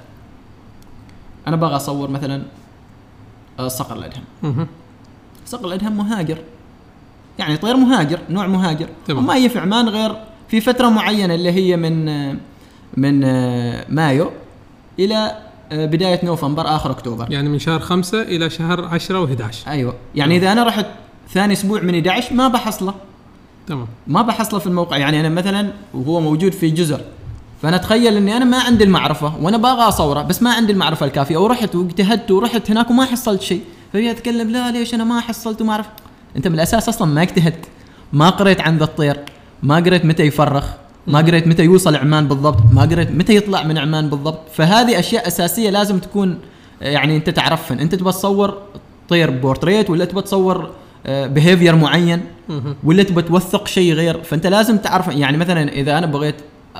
أنا بغى أصور مثلا صقر الأدهم. صقر الأدهم مهاجر، يعني طير مهاجر، نوع مهاجر، وما يفي عمان غير في فترة معينة اللي هي من مايو إلى بداية نوفمبر آخر أكتوبر، يعني من شهر 5 إلى شهر 10 و11. أيوة. يعني إذا أنا رحت ثاني أسبوع من 11 ما بحصله. تمام. ما بحصله في الموقع. يعني أنا مثلا وهو موجود في جزر، فأنا أتخيل أني أنا ما عندي المعرفة وأنا باغى أصوره بس ما عندي المعرفة الكافية، ورحت واجتهدت ورحت هناك وما حصلت شيء، فهي أتكلم لا ليش أنا ما حصلت وما أعرف. أنت من الأساس أصلا ما اجتهدت، ما قريت عن ذا الطير، ما قريت متى يفرخ، ما قريت متى يوصل عمان بالضبط، ما قريت متى يطلع من عمان بالضبط. فهذه أشياء أساسية لازم تكون يعني أنت تعرفن. أنت تبى تصور طير بورتريت ولا تبى تصور بيهيفير معين ولا تبى توثق شيء غير، فأنت لازم تعرف. يعني مثلا إذا أنا بغيت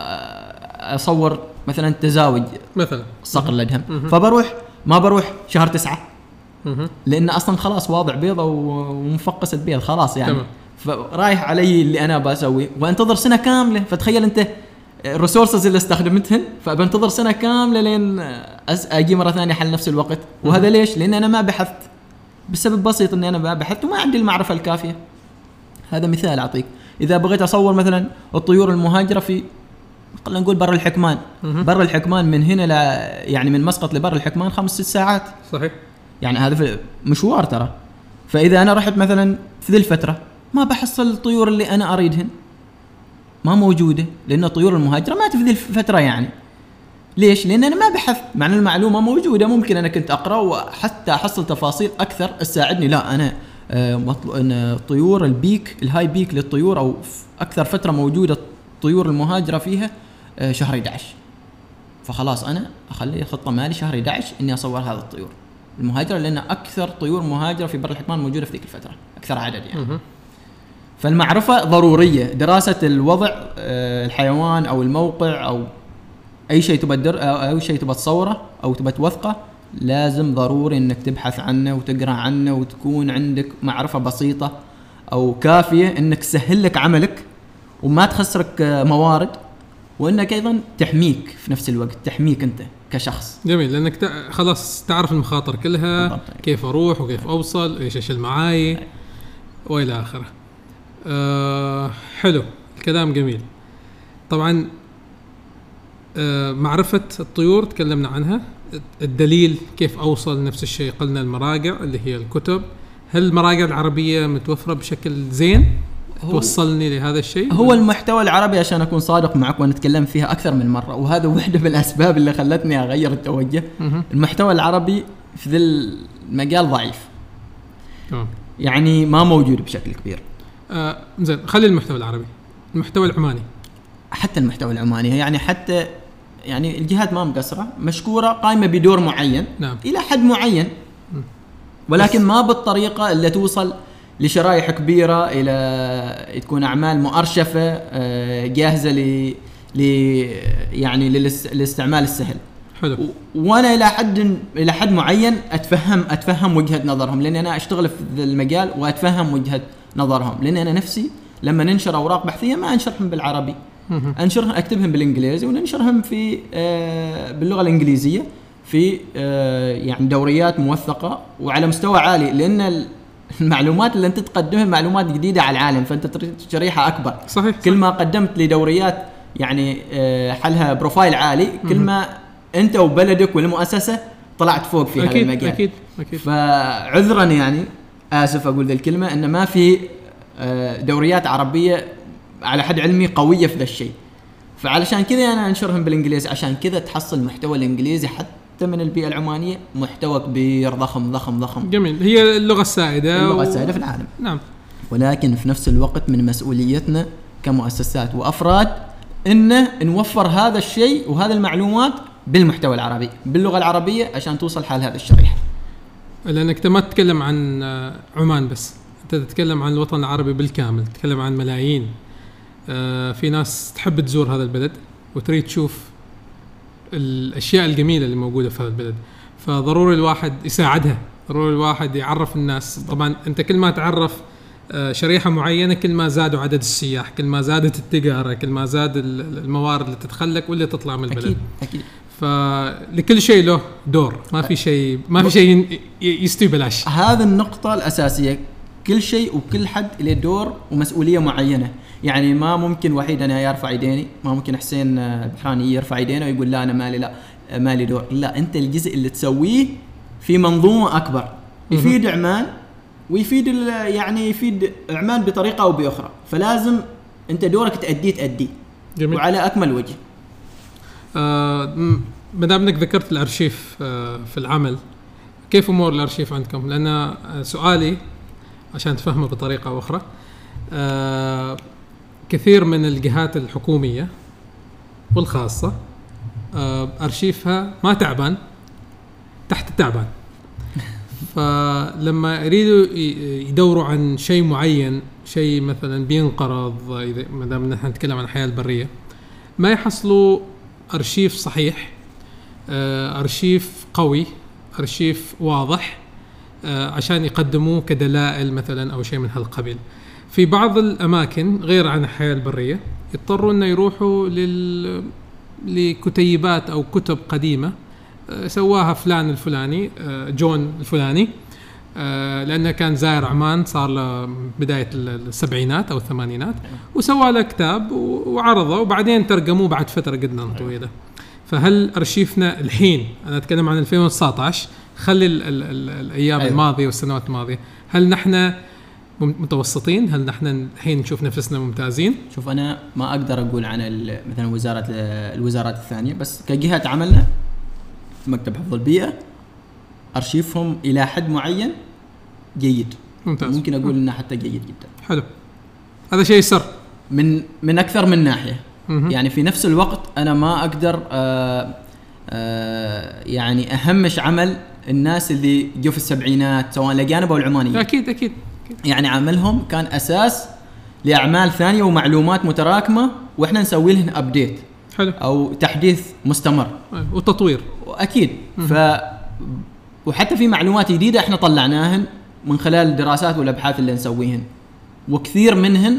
أصور مثلا تزاوج مثلا صقر الأدهم، ما بروح شهر 9 لأن أصلا خلاص واضع بيضة ومفقس البيض خلاص يعني تمام. فرايح علي اللي أنا بسوي وانتظر سنة كاملة. فتخيل أنت الريسورسز اللي استخدمتهن، فبنتظر سنة كاملة لين أجي مرة ثانية حل نفس الوقت. وهذا ليش؟ لأن أنا ما بحثت، بسبب بسيط أني أنا ما بحثت وما عندي المعرفة الكافية. هذا مثال أعطيك. إذا بغيت أصور مثلا الطيور المهاجرة في خلينا نقول بر الحكمان، بر الحكمان من هنا يعني من مسقط لبر الحكمان 5-6 ساعات صحيح. يعني هذا مشوار ترى. فإذا أنا رحت مثلا في ذي الفترة ما بحصل الطيور اللي أنا أريدهن، ما موجودة، لأن الطيور المهاجرة ما في ذي الفترة. يعني ليش؟ لأن أنا ما بحثت، مع أن المعلومة موجودة، ممكن أنا كنت أقرأ وحتى أحصل تفاصيل أكثر تساعدني. لا أنا أن الطيور البيك الهاي بيك للطيور أو أكثر فترة موجودة الطيور المهاجرة فيها شهر 11، فخلاص أنا أخلي خطة مالي شهر 11 إني أصور هذا الطيور المهاجرة، لأن أكثر طيور مهاجرة في بر الحكمان موجودة في ذيك الفترة، أكثر عدد يعني. فالمعرفة ضرورية. دراسة الوضع الحيوان أو الموقع أو أي شيء تبى تصوره أو تبى توثقه لازم ضروري إنك تبحث عنه وتقرأ عنه وتكون عندك معرفة بسيطة أو كافية إنك تسهل لك عملك وما تخسرك موارد، وإنك أيضا تحميك في نفس الوقت، تحميك أنت كشخص. جميل، لأنك خلاص تعرف المخاطر كلها بالضبط. كيف أروح وكيف أوصل، إيش أشيل معاي وإلى آخره. حلو، الكلام جميل. طبعا معرفة الطيور تكلمنا عنها. الدليل كيف أوصل، نفس الشيء قلنا المراجع اللي هي الكتب. هل المراجع العربية متوفرة بشكل زين توصلني لهذا الشيء؟ هو المحتوى العربي عشان أكون صادق معك ونتكلم فيها أكثر من مرة، وهذا واحدة من الأسباب اللي خلتني أغير التوجه. المحتوى العربي في ذا المجال ضعيف، يعني ما موجود بشكل كبير. زين، خلي المحتوى العربي. المحتوى العماني، حتى المحتوى العماني يعني حتى يعني الجهات ما مقصرة، مشكورة، قائمة بدور معين. نعم. إلى حد معين، ولكن ما بالطريقة اللي توصل لشرائح كبيرة إلى تكون أعمال مؤرشفة جاهزة يعني للاستعمال السهل. حلو. وأنا إلى حد معين أتفهم وجهة نظرهم، لأن أنا أشتغل في المجال وأتفهم وجهة نظرهم، لأن أنا نفسي لما ننشر أوراق بحثية ما أنشرهم بالعربي، أنشرهم أكتبهم بالإنجليزي وننشرهم في باللغة الإنجليزية في يعني دوريات موثقة وعلى مستوى عالي، لأن المعلومات اللي أنت تقدمها معلومات جديدة على العالم، فأنت تريد شريحة أكبر. صحيح. كل ما قدمت لدوريات يعني حلها بروفايل عالي، كل ما أنت وبلدك والمؤسسة طلعت فوق في هذا المجال. أكيد. فعذرا يعني آسف أقول ذي الكلمة، إن ما في دوريات عربية على حد علمي قوية في ذا الشيء، فعلشان كذا أنا أنشرهم بالإنجليزي، عشان كذا تحصل محتوى الإنجليزي حتى من البيئة العمانية محتوى كبير ضخم. جميل، هي اللغة السائدة السائدة في العالم. نعم. ولكن في نفس الوقت من مسؤوليتنا كمؤسسات وأفراد إن نوفر هذا الشيء وهذه المعلومات بالمحتوى العربي باللغة العربية عشان توصل حال هذا الشريحة. لأنك ما تتكلم عن عمان بس، أنت تتكلم عن الوطن العربي بالكامل، تتكلم عن ملايين. في ناس تحب تزور هذا البلد وتريد تشوف الأشياء الجميلة اللي موجودة في هذا البلد، فضروري الواحد يساعدها، ضروري الواحد يعرف الناس. طبعا أنت كل ما تعرف شريحة معينة كل ما زادوا عدد السياح، كل ما زادت التجارة، كل ما زاد الموارد اللي تدخلك واللي تطلع من البلد. أكيد. فلكل شيء له دور، ما في شيء يستوي بلاش. هذا النقطة الأساسية، كل شيء وكل حد له دور ومسؤولية معينة. يعني ما ممكن وحيد أنا يرفع يديني، ما ممكن حسين البحراني يرفع يدينه ويقول لا أنا مالي دور. لا، أنت الجزء اللي تسويه في منظومة أكبر يفيد عمان ويفيد يعني يفيد عمان بطريقة أو بأخرى، فلازم أنت دورك تأدي جميل. وعلى أكمل وجه. مدامنك ذكرت الأرشيف في العمل، كيف أمور الأرشيف عندكم؟ لأن سؤالي عشان تفهمه بطريقة أو أخرى، كثير من الجهات الحكومية والخاصة أرشيفها ما تعبان تحت التعبان، فلما يريدوا يدوروا عن شيء معين، شيء مثلا بينقرض، إذا ما دام نحن نتكلم عن الحياة البرية، ما يحصلوا أرشيف صحيح، أرشيف قوي، أرشيف واضح عشان يقدموه كدلائل مثلا أو شيء من هالقبيل. في بعض الأماكن غير عن الحياة البرية يضطروا أن يروحوا لكتيبات أو كتب قديمة سواها فلان الفلاني، جون الفلاني، لأنه كان زائر عمان صار له بداية السبعينات أو الثمانينات، وسوى له كتاب وعرضه وبعدين ترجموه بعد فترة جدا طويلة. فهل أرشيفنا الحين، أنا أتكلم عن 2019، خلي الأيام الماضية والسنوات الماضية، هل نحن متوسطين؟ هل نحن الحين نشوف نفسنا ممتازين؟ شوف، أنا ما أقدر أقول عن مثلا الوزارات الثانية، بس كجهة عملنا مكتب حفظ البيئة أرشيفهم إلى حد معين جيد، ممتاز. ممكن أقول إنه حتى جيد جدا. حلو، هذا شيء سر من أكثر من ناحية. يعني في نفس الوقت أنا ما أقدر يعني أهمش عمل الناس اللي جو في السبعينات سواء الأجانب أو العمانيين. أكيد. يعني عملهم كان أساس لأعمال ثانية ومعلومات متراكمة، وإحنا نسوي لهم أبديت. حلو. أو تحديث مستمر وتطوير. أكيد. وحتى في معلومات جديدة إحنا طلعناهن من خلال الدراسات والأبحاث اللي نسويهن، وكثير منهن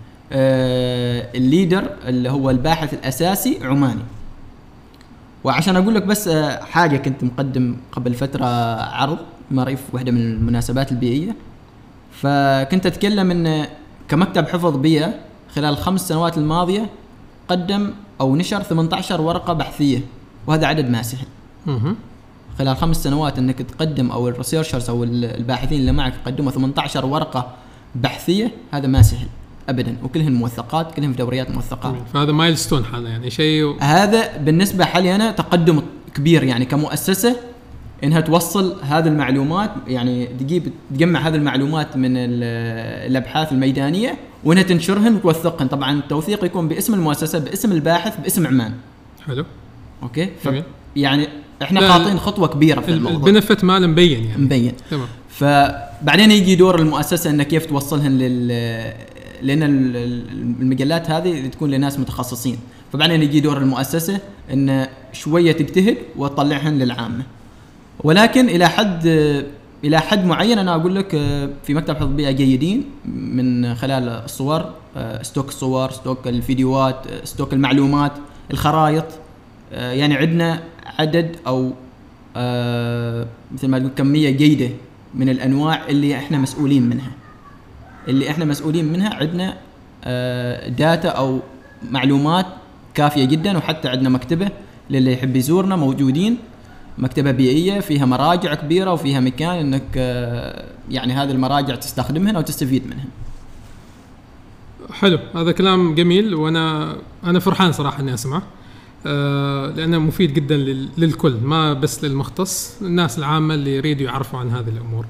الليدر اللي هو الباحث الأساسي عماني. وعشان أقول لك بس حاجة، كنت مقدم قبل فترة عرض معرف واحدة من المناسبات البيئية، فكنت أتكلم إن كمكتب حفظ بيئة خلال 5 سنوات الماضية قدم او نشر 18 ورقه بحثيه، وهذا عدد ما سهل. خلال 5 سنوات انك تقدم، او الريسيرشرز او الباحثين اللي معك يقدموا 18 ورقه بحثيه، هذا ما سهل ابدا، وكلهن موثقات، كلهن في دوريات موثقات. فهذا مايلستون حاله يعني شيء هذا بالنسبه حالي انا تقدم كبير يعني كمؤسسه، انها توصل هذه المعلومات، يعني تجمع هذه المعلومات من الابحاث الميدانيه وانها تنشرهن وتوثقهن. طبعا التوثيق يكون باسم المؤسسه، باسم الباحث، باسم عمان. حلو. اوكي. يعني احنا خاطين خطوه كبيره في الموضوع. البنفت ماله مبين يعني. مبين. تمام. فبعدين يجي دور المؤسسه انه كيف توصلهن لان المجلات هذه تكون لناس متخصصين، فبعدين يجي دور المؤسسه ان شويه تجتهد وتطلعهن للعامه. ولكن الى حد معين انا اقول لك في مكتب حفظ البيئه جيدين من خلال الصور، ستوك الصور، ستوك الفيديوهات، ستوك المعلومات، الخرائط. يعني عندنا عدد او مثل ما تقول كميه جيده من الانواع اللي احنا مسؤولين منها. عندنا داتا او معلومات كافيه جدا، وحتى عندنا مكتبه للي يحب يزورنا موجودين، مكتبه بيئيه فيها مراجع كبيره وفيها مكان انك يعني هذه المراجع تستخدمها او تستفيد منها. حلو، هذا كلام جميل، وانا فرحان صراحه اني اسمعه، لانه مفيد جدا للكل، ما بس للمختص، الناس العامه اللي يريدوا يعرفوا عن هذه الامور.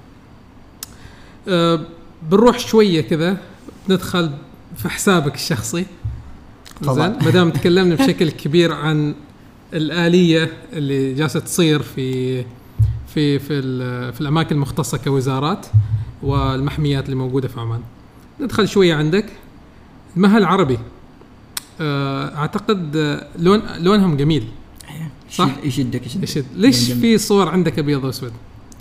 بنروح شويه كذا ندخل في حسابك الشخصي. زين، ما دام تكلمنا بشكل كبير عن الآلية اللي جالسة تصير في الأماكن المختصة كوزارات والمحميات اللي موجودة في عمان، ندخل شوية عندك المها العربي. أعتقد لونهم جميل، صح؟ يشد. ليش في صور عندك أبيض وأسود؟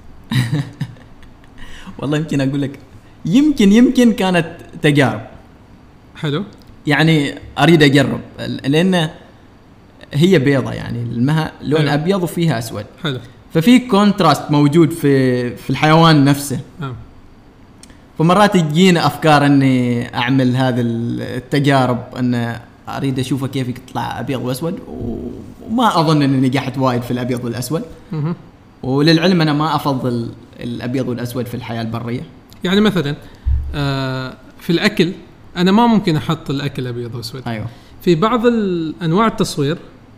والله يمكن أقول لك يمكن كانت تجارب. حلو. يعني أريد أجرب، لأن هي بيضة، يعني المها لون حلو. أبيض وفيها أسود. حلو. ففي كونتراست موجود في الحيوان نفسه. فمرات تجينا أفكار أني أعمل هذه التجارب، أن أريد أشوفه كيف يطلع أبيض وأسود، وما أظن أني نجحت وايد في الأبيض والأسود. وللعلم أنا ما أفضل الأبيض والأسود في الحياة البرية. يعني مثلا في الأكل أنا ما ممكن أحط الأكل أبيض وأسود. أيوة. في بعض الأنواع التصوير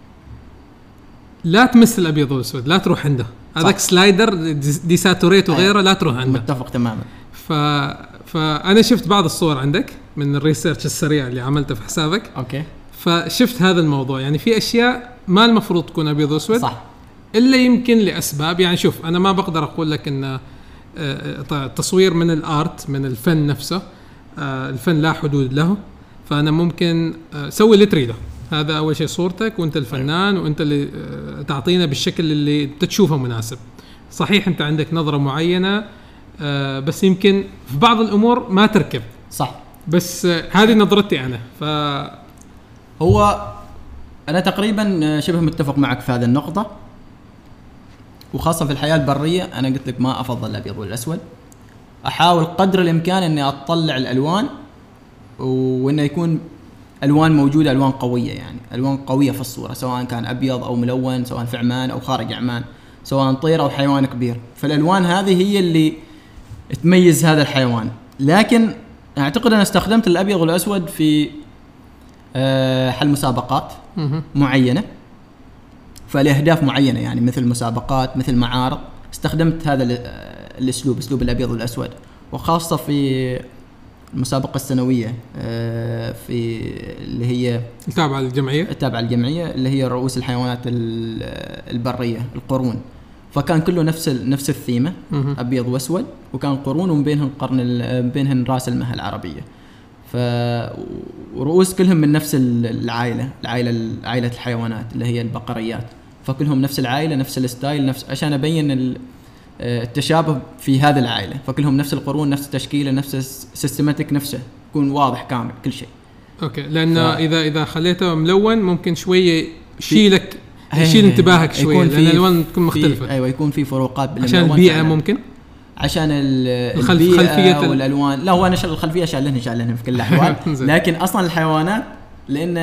لا تمس الأبيض والأسود، لا تروح عنده، هذاك سلايدر دي ساتوريت وغيره. لا تروح عنده. متفق تماما. فأنا شفت بعض الصور عندك من الريسيرش السريع اللي عملته في حسابك. أوكي. فشفت هذا الموضوع، يعني في أشياء ما المفروض تكون أبيض وأسود. صح. إلا يمكن لأسباب، يعني شوف أنا ما بقدر أقول لك إن تصوير من الآرت، من الفن نفسه، الفن لا حدود له، فأنا ممكن سوي اللي تريده. هذا أول شيء صورتك، وأنت الفنان، وأنت اللي تعطينا بالشكل اللي تشوفه مناسب. صحيح أنت عندك نظرة معينة، بس يمكن في بعض الأمور ما تركب. صح. بس هذه نظرتي أنا. هو أنا تقريبا شبه متفق معك في هذه النقطة، وخاصة في الحياة البرية. أنا قلت لك ما أفضل الأبيض والأسود، أحاول قدر الإمكان أني أطلع الألوان، وإنه يكون ألوان موجودة، ألوان قوية، يعني ألوان قوية في الصورة، سواء كان أبيض أو ملون، سواء في عمان أو خارج عمان، سواء طير أو حيوان كبير. فالألوان هذه هي اللي تميز هذا الحيوان. لكن أعتقد أنا استخدمت الأبيض والأسود في حل مسابقات معينة، فلأهداف معينة، يعني مثل مسابقات، مثل معارض، استخدمت هذا الأسلوب، أسلوب الأبيض والأسود، وخاصة في المسابقة السنوية في اللي هي التابعة الجمعية اللي هي رؤوس الحيوانات البرية، القرون. فكان كله نفس الثيمة، أبيض وأسود، وكان قرون وبينهم بينهم رأس المها العربية. ورؤوس كلهم من نفس عائلة الحيوانات اللي هي البقريات، فكلهم نفس العائلة، نفس الستايل، نفس، عشان أبين التشابه في هذه العائلة. فكلهم نفس القرون، نفس التشكيلة، نفس السيستماتيك، نفسه يكون واضح كامل كل شيء. أوكي. لأن إذا خليته ملون ممكن شوية يشيل انتباهك شوية، لأن الألوان تكون مختلفة. أيوة، يكون في فروقات عشان البيئة ممكن، عشان الخلفية والألوان. لا، هو أنا الخلفية شالنهم في كل الأحوال. لكن أصلا الحيوانات لان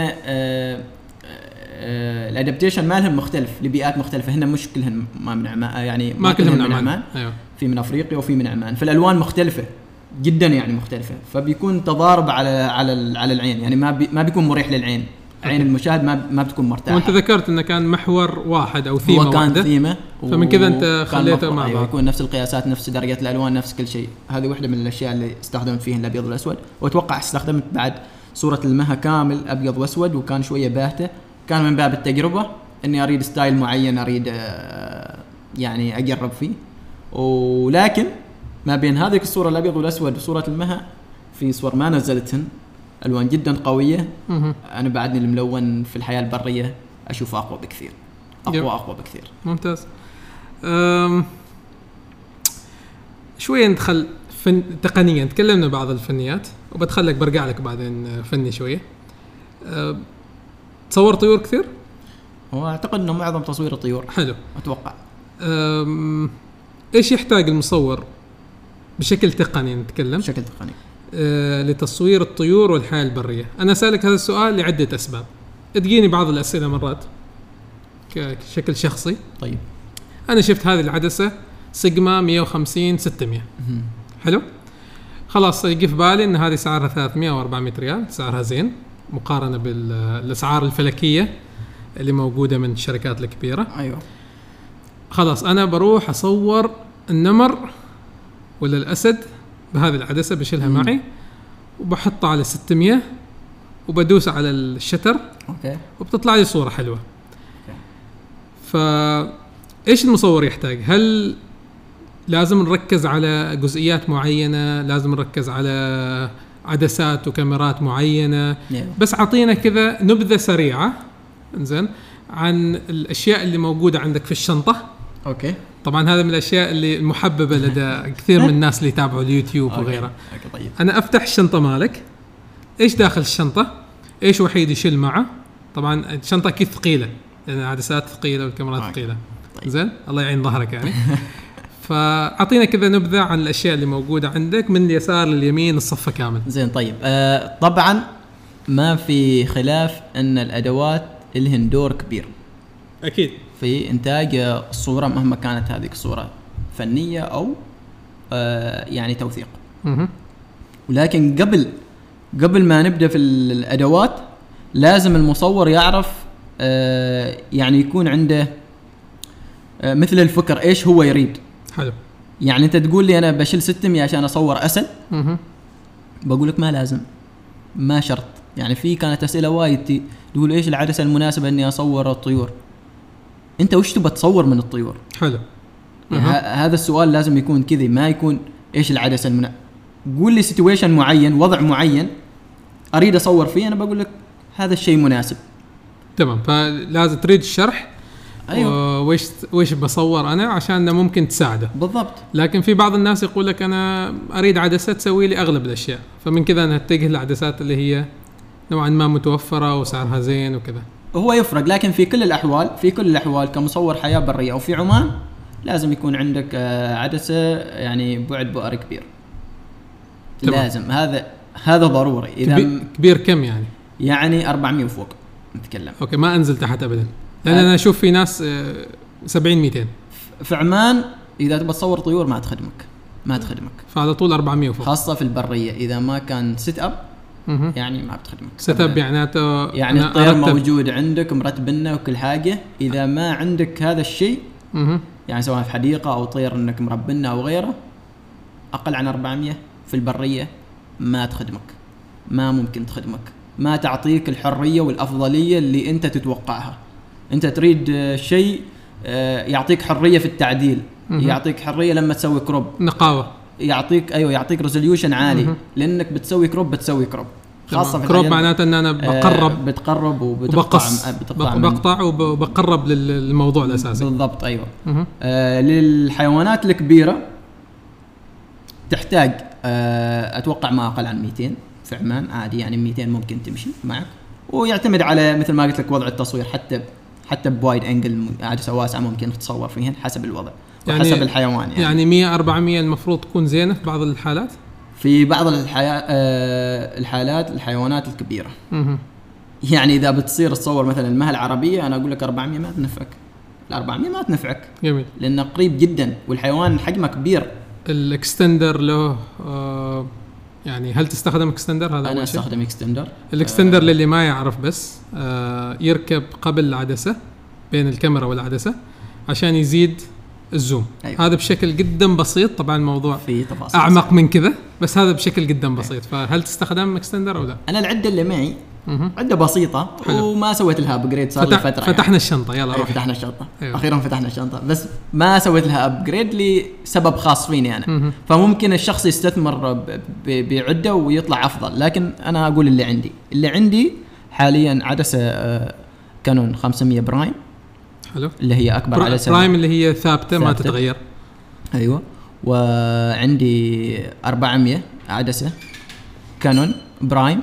الادابتيشن مالهم مختلف لبيئات مختلفه، هن مش كلهن ما من عمان، يعني ما كلهم من عمان. أيوه. في من افريقيا وفي من عمان، فالالوان مختلفه جدا يعني مختلفه، فبيكون تضارب على العين، يعني ما بيكون مريح للعين. عين المشاهد ما بتكون مرتاحه. وانت ذكرت انه كان محور واحد او ثيمه واحده، هو كان ثيمه فمن كذا انت خليته مع بعض. يكون نفس القياسات، نفس درجات الالوان، نفس كل شيء. هذه واحده من الاشياء اللي استخدمت فيها الابيض والاسود، واتوقع استخدمت بعد صوره المها كامل ابيض واسود، وكان شويه باهته. كان من باب التجربه اني اريد ستايل معين، اريد يعني اجرب فيه. ولكن ما بين هذه الصوره الابيض والاسود وصوره المها في صور ما نزلتهن الوان جدا قويه. انا بعدني الملون في الحياه البريه اشوف اقوى بكثير، اقوى بكثير. ممتاز. شويه ندخل فن تقنيا، تكلمنا بعض الفنيات وبدخلك برجع لك بعدين فني شويه. تصور طيور كثير؟ واعتقد انه معظم تصوير الطيور. حلو. اتوقع ايش يحتاج المصور بشكل تقني، نتكلم بشكل تقني لتصوير الطيور والحياة البرية؟ أنا سألك هذا السؤال لعدة أسباب. تجيني بعض الأسئلة مرات كشكل شخصي. طيب أنا شفت هذه العدسة سيجما 150 600. حلو. خلاص يجي في بالي إن هذه سعرها 300 أو 400 ريال، سعرها زين مقارنة بالأسعار الفلكية اللي موجودة من الشركات الكبيرة. أيوة. خلاص أنا بروح أصور النمر ولا الأسد بهذه العدسة، بشيلها معي وبحطها على 600 وبدوس على الشتر. أوكي. وبتطلع لي صورة حلوة. فإيش المصور يحتاج؟ هل لازم نركز على جزئيات معينة؟ لازم نركز على عدسات وكاميرات معينة؟ بس عطينا كذا نبذة سريعة إنزين عن الأشياء اللي موجودة عندك في الشنطة. أوكي. طبعا هذا من الأشياء اللي المحببة لدى كثير من الناس اللي يتابعوا اليوتيوب وغيره. طيب. أنا أفتح الشنطة مالك، إيش داخل الشنطة؟ إيش وحيد يشيل معه؟ طبعا الشنطة أكيد ثقيلة لأن العدسات ثقيلة والكاميرات ثقيلة. طيب. زين الله يعين ظهرك يعني. فأعطينا كذا نبذة عن الأشياء اللي موجودة عندك من اليسار لليمين الصفة كامل. زين طيب. طبعا ما في خلاف أن الأدوات لهن دور كبير أكيد في إنتاج الصورة مهما كانت هذه الصورة فنية أو يعني توثيق. ولكن قبل ما نبدأ في الأدوات لازم المصور يعرف يعني يكون عنده مثل الفكر إيش هو يريد. حلو. يعني أنت تقول لي أنا بشيل 600 عشان أصور أسد، بقول لك ما لازم، ما شرط. يعني في كانت أسئلة وايد تقول إيش العدسة المناسبة إني أصور الطيور. أنت وش تبغى تصور من الطيور؟ حلو. هذا السؤال لازم يكون كذا، ما يكون إيش العدسة قول لي سيتويشن معين، وضع معين أريد أصور فيه، أنا بقول لك هذا الشيء مناسب. تمام. فلازم تريد الشرح. أيوة. ويش بصور أنا عشان ممكن تساعده. بالضبط. لكن في بعض الناس يقول لك أنا أريد عدسة تسوي لي أغلب الأشياء، فمن كذا أنا أتجه للعدسات اللي هي نوعا ما متوفرة وسعرها زين وكذا. هو يفرق، لكن في كل الأحوال كمصور حياة برية أو في عمان لازم يكون عندك عدسة يعني بعد بؤر كبير. طبعا. لازم هذا ضروري. إذا كبير كم يعني 400 وفوق نتكلم. أوكي. ما أنزل تحت أبدا، لأن أنا أشوف في ناس 70-200 في عمان إذا تبغى تصور طيور ما تخدمك فعلى طول 400 وفوق، خاصة في البرية. إذا ما كان سيت أب يعني ما بتخدمك. سيت اب يعني الطير موجود عندك مرتبنه وكل حاجة. إذا ما عندك هذا الشيء يعني سواء في حديقة أو طير إنك مربنه أو غيره، أقل عن 400 في البرية ما تخدمك، ما ممكن تخدمك، ما تعطيك الحرية والأفضلية اللي أنت تتوقعها. أنت تريد شيء يعطيك حرية في التعديل، يعطيك حرية لما تسوي كروب، نقاوة، يعطيك ريزوليوشن عالي، لأنك بتسوي كروب خاصة في كروب معناته أن أنا بتقرب وبقطع وبقرب للموضوع الأساسي. بالضبط. أيوة. للحيوانات الكبيرة تحتاج أتوقع ما أقل عن 200 في عمان عادي، يعني 200 ممكن تمشي معك، ويعتمد على مثل ما قلت لك وضع التصوير. حتى بوايد انجل عدسة واسعة ممكن تصور فيهن حسب الوضع وحسب الحيوان. يعني 100-400 المفروض تكون زينة في بعض الحالات. في بعض الحالات الحيوانات الكبيرة يعني اذا بتصير تصور مثلا المهل العربيه، انا اقول لك 400 ما تنفعك، ال 400 ما تنفعك. جميل. لانه قريب جدا والحيوان حجمه كبير. الاكستندر له يعني هل تستخدم اكستندر؟ هذا انا استخدم اكستندر. الاكستندر للي ما يعرف بس يركب قبل العدسه بين الكاميرا والعدسه عشان يزيد الزوم. أيوة. هذا بشكل جدا بسيط، طبعا الموضوع في تفاصيل اعمق من كذا، بس هذا بشكل جدا بسيط. فهل تستخدم اكستندر او لا؟ انا العده اللي معي عده بسيطه حلو. وما سويت لها ابجريد، صار لي فتره فتحنا الشنطه، يلا أيوة روح. فتحنا الشنطه. أيوة. اخيرا فتحنا الشنطه، بس ما سويت لها ابجريد لسبب خاص فيني انا. فممكن الشخص يستثمر بعده ويطلع افضل، لكن انا اقول اللي عندي حاليا عدسه كانون 500 برايم. حلو. اللي هي اكبر عدسه برايم، اللي هي ثابته ما تتغير. ايوه. وعندي 400 عدسه كانون برايم.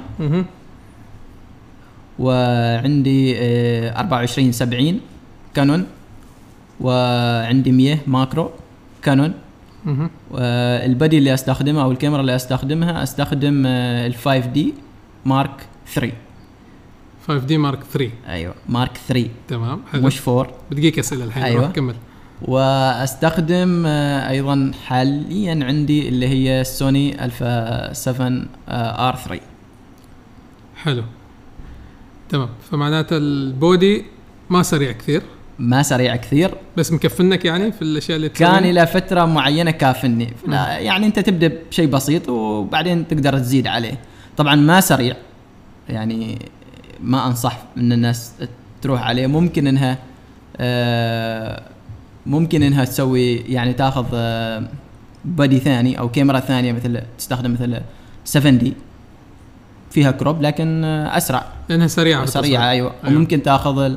وعندي 24-70 كانون. وعندي 100 ماكرو كانون. والبدي اللي استخدمها او الكاميرا اللي استخدمها استخدم ال5D مارك 3. 5D مارك 3. ايوه مارك 3. تمام. حلو. مش 4. بدقيقه اسئله الحين. أيوة. كمل. واستخدم ايضا حاليا عندي اللي هي سوني الفا 7 R3. حلو. تمام. فمعناته البودي ما سريع كثير، ما سريع كثير، بس مكفنك يعني في الاشياء اللي كان الى فتره معينه كافني. يعني انت تبدا بشيء بسيط وبعدين تقدر تزيد عليه. طبعا ما سريع، يعني ما انصح ان الناس تروح عليه. ممكن انها تسوي يعني تاخذ بدي ثاني او كاميرا ثانيه، مثل تستخدم مثل 7D فيها كروب لكن اسرع، لانها سريعه. ايوه. أيوة. وممكن تاخذ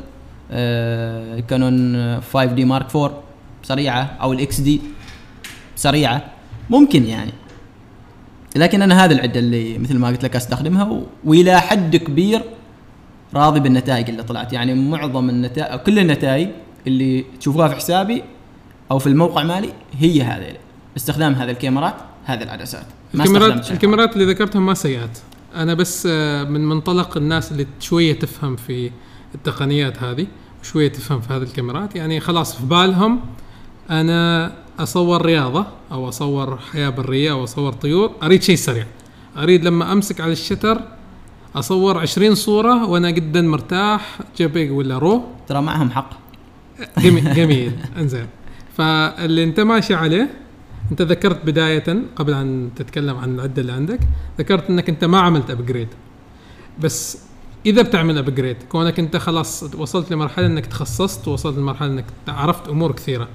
كانون 5D مارك 4 سريعه، او الاكس دي سريعه ممكن يعني. لكن انا هذا العده اللي مثل ما قلت لك استخدمها، والى حد كبير راضي بالنتائج اللي طلعت. يعني معظم النتائج، كل النتائج اللي تشوفوها في حسابي او في الموقع مالي هي هذه استخدام هذه الكاميرات، هذه العدسات. الكاميرات اللي ذكرتهم ما سيئات. انا بس من منطلق الناس اللي شويه تفهم في التقنيات هذه وشويه تفهم في هذه الكاميرات، يعني خلاص في بالهم انا اصور رياضه او اصور حياه بريه او اصور طيور، اريد شيء سريع، اريد لما امسك على الشتر اصور 20 صوره وانا جدا مرتاح، جيبيج ولا رو. ترى معهم حق. جميل. انزين. فاللي انت ماشي عليه، انت ذكرت بدايه قبل ان تتكلم عن العده اللي عندك، ذكرت انك انت ما عملت ابجريد. بس اذا بتعمل ابجريد، كونك انت خلاص وصلت لمرحله انك تخصصت، ووصلت لمرحله انك عرفت امور كثيره،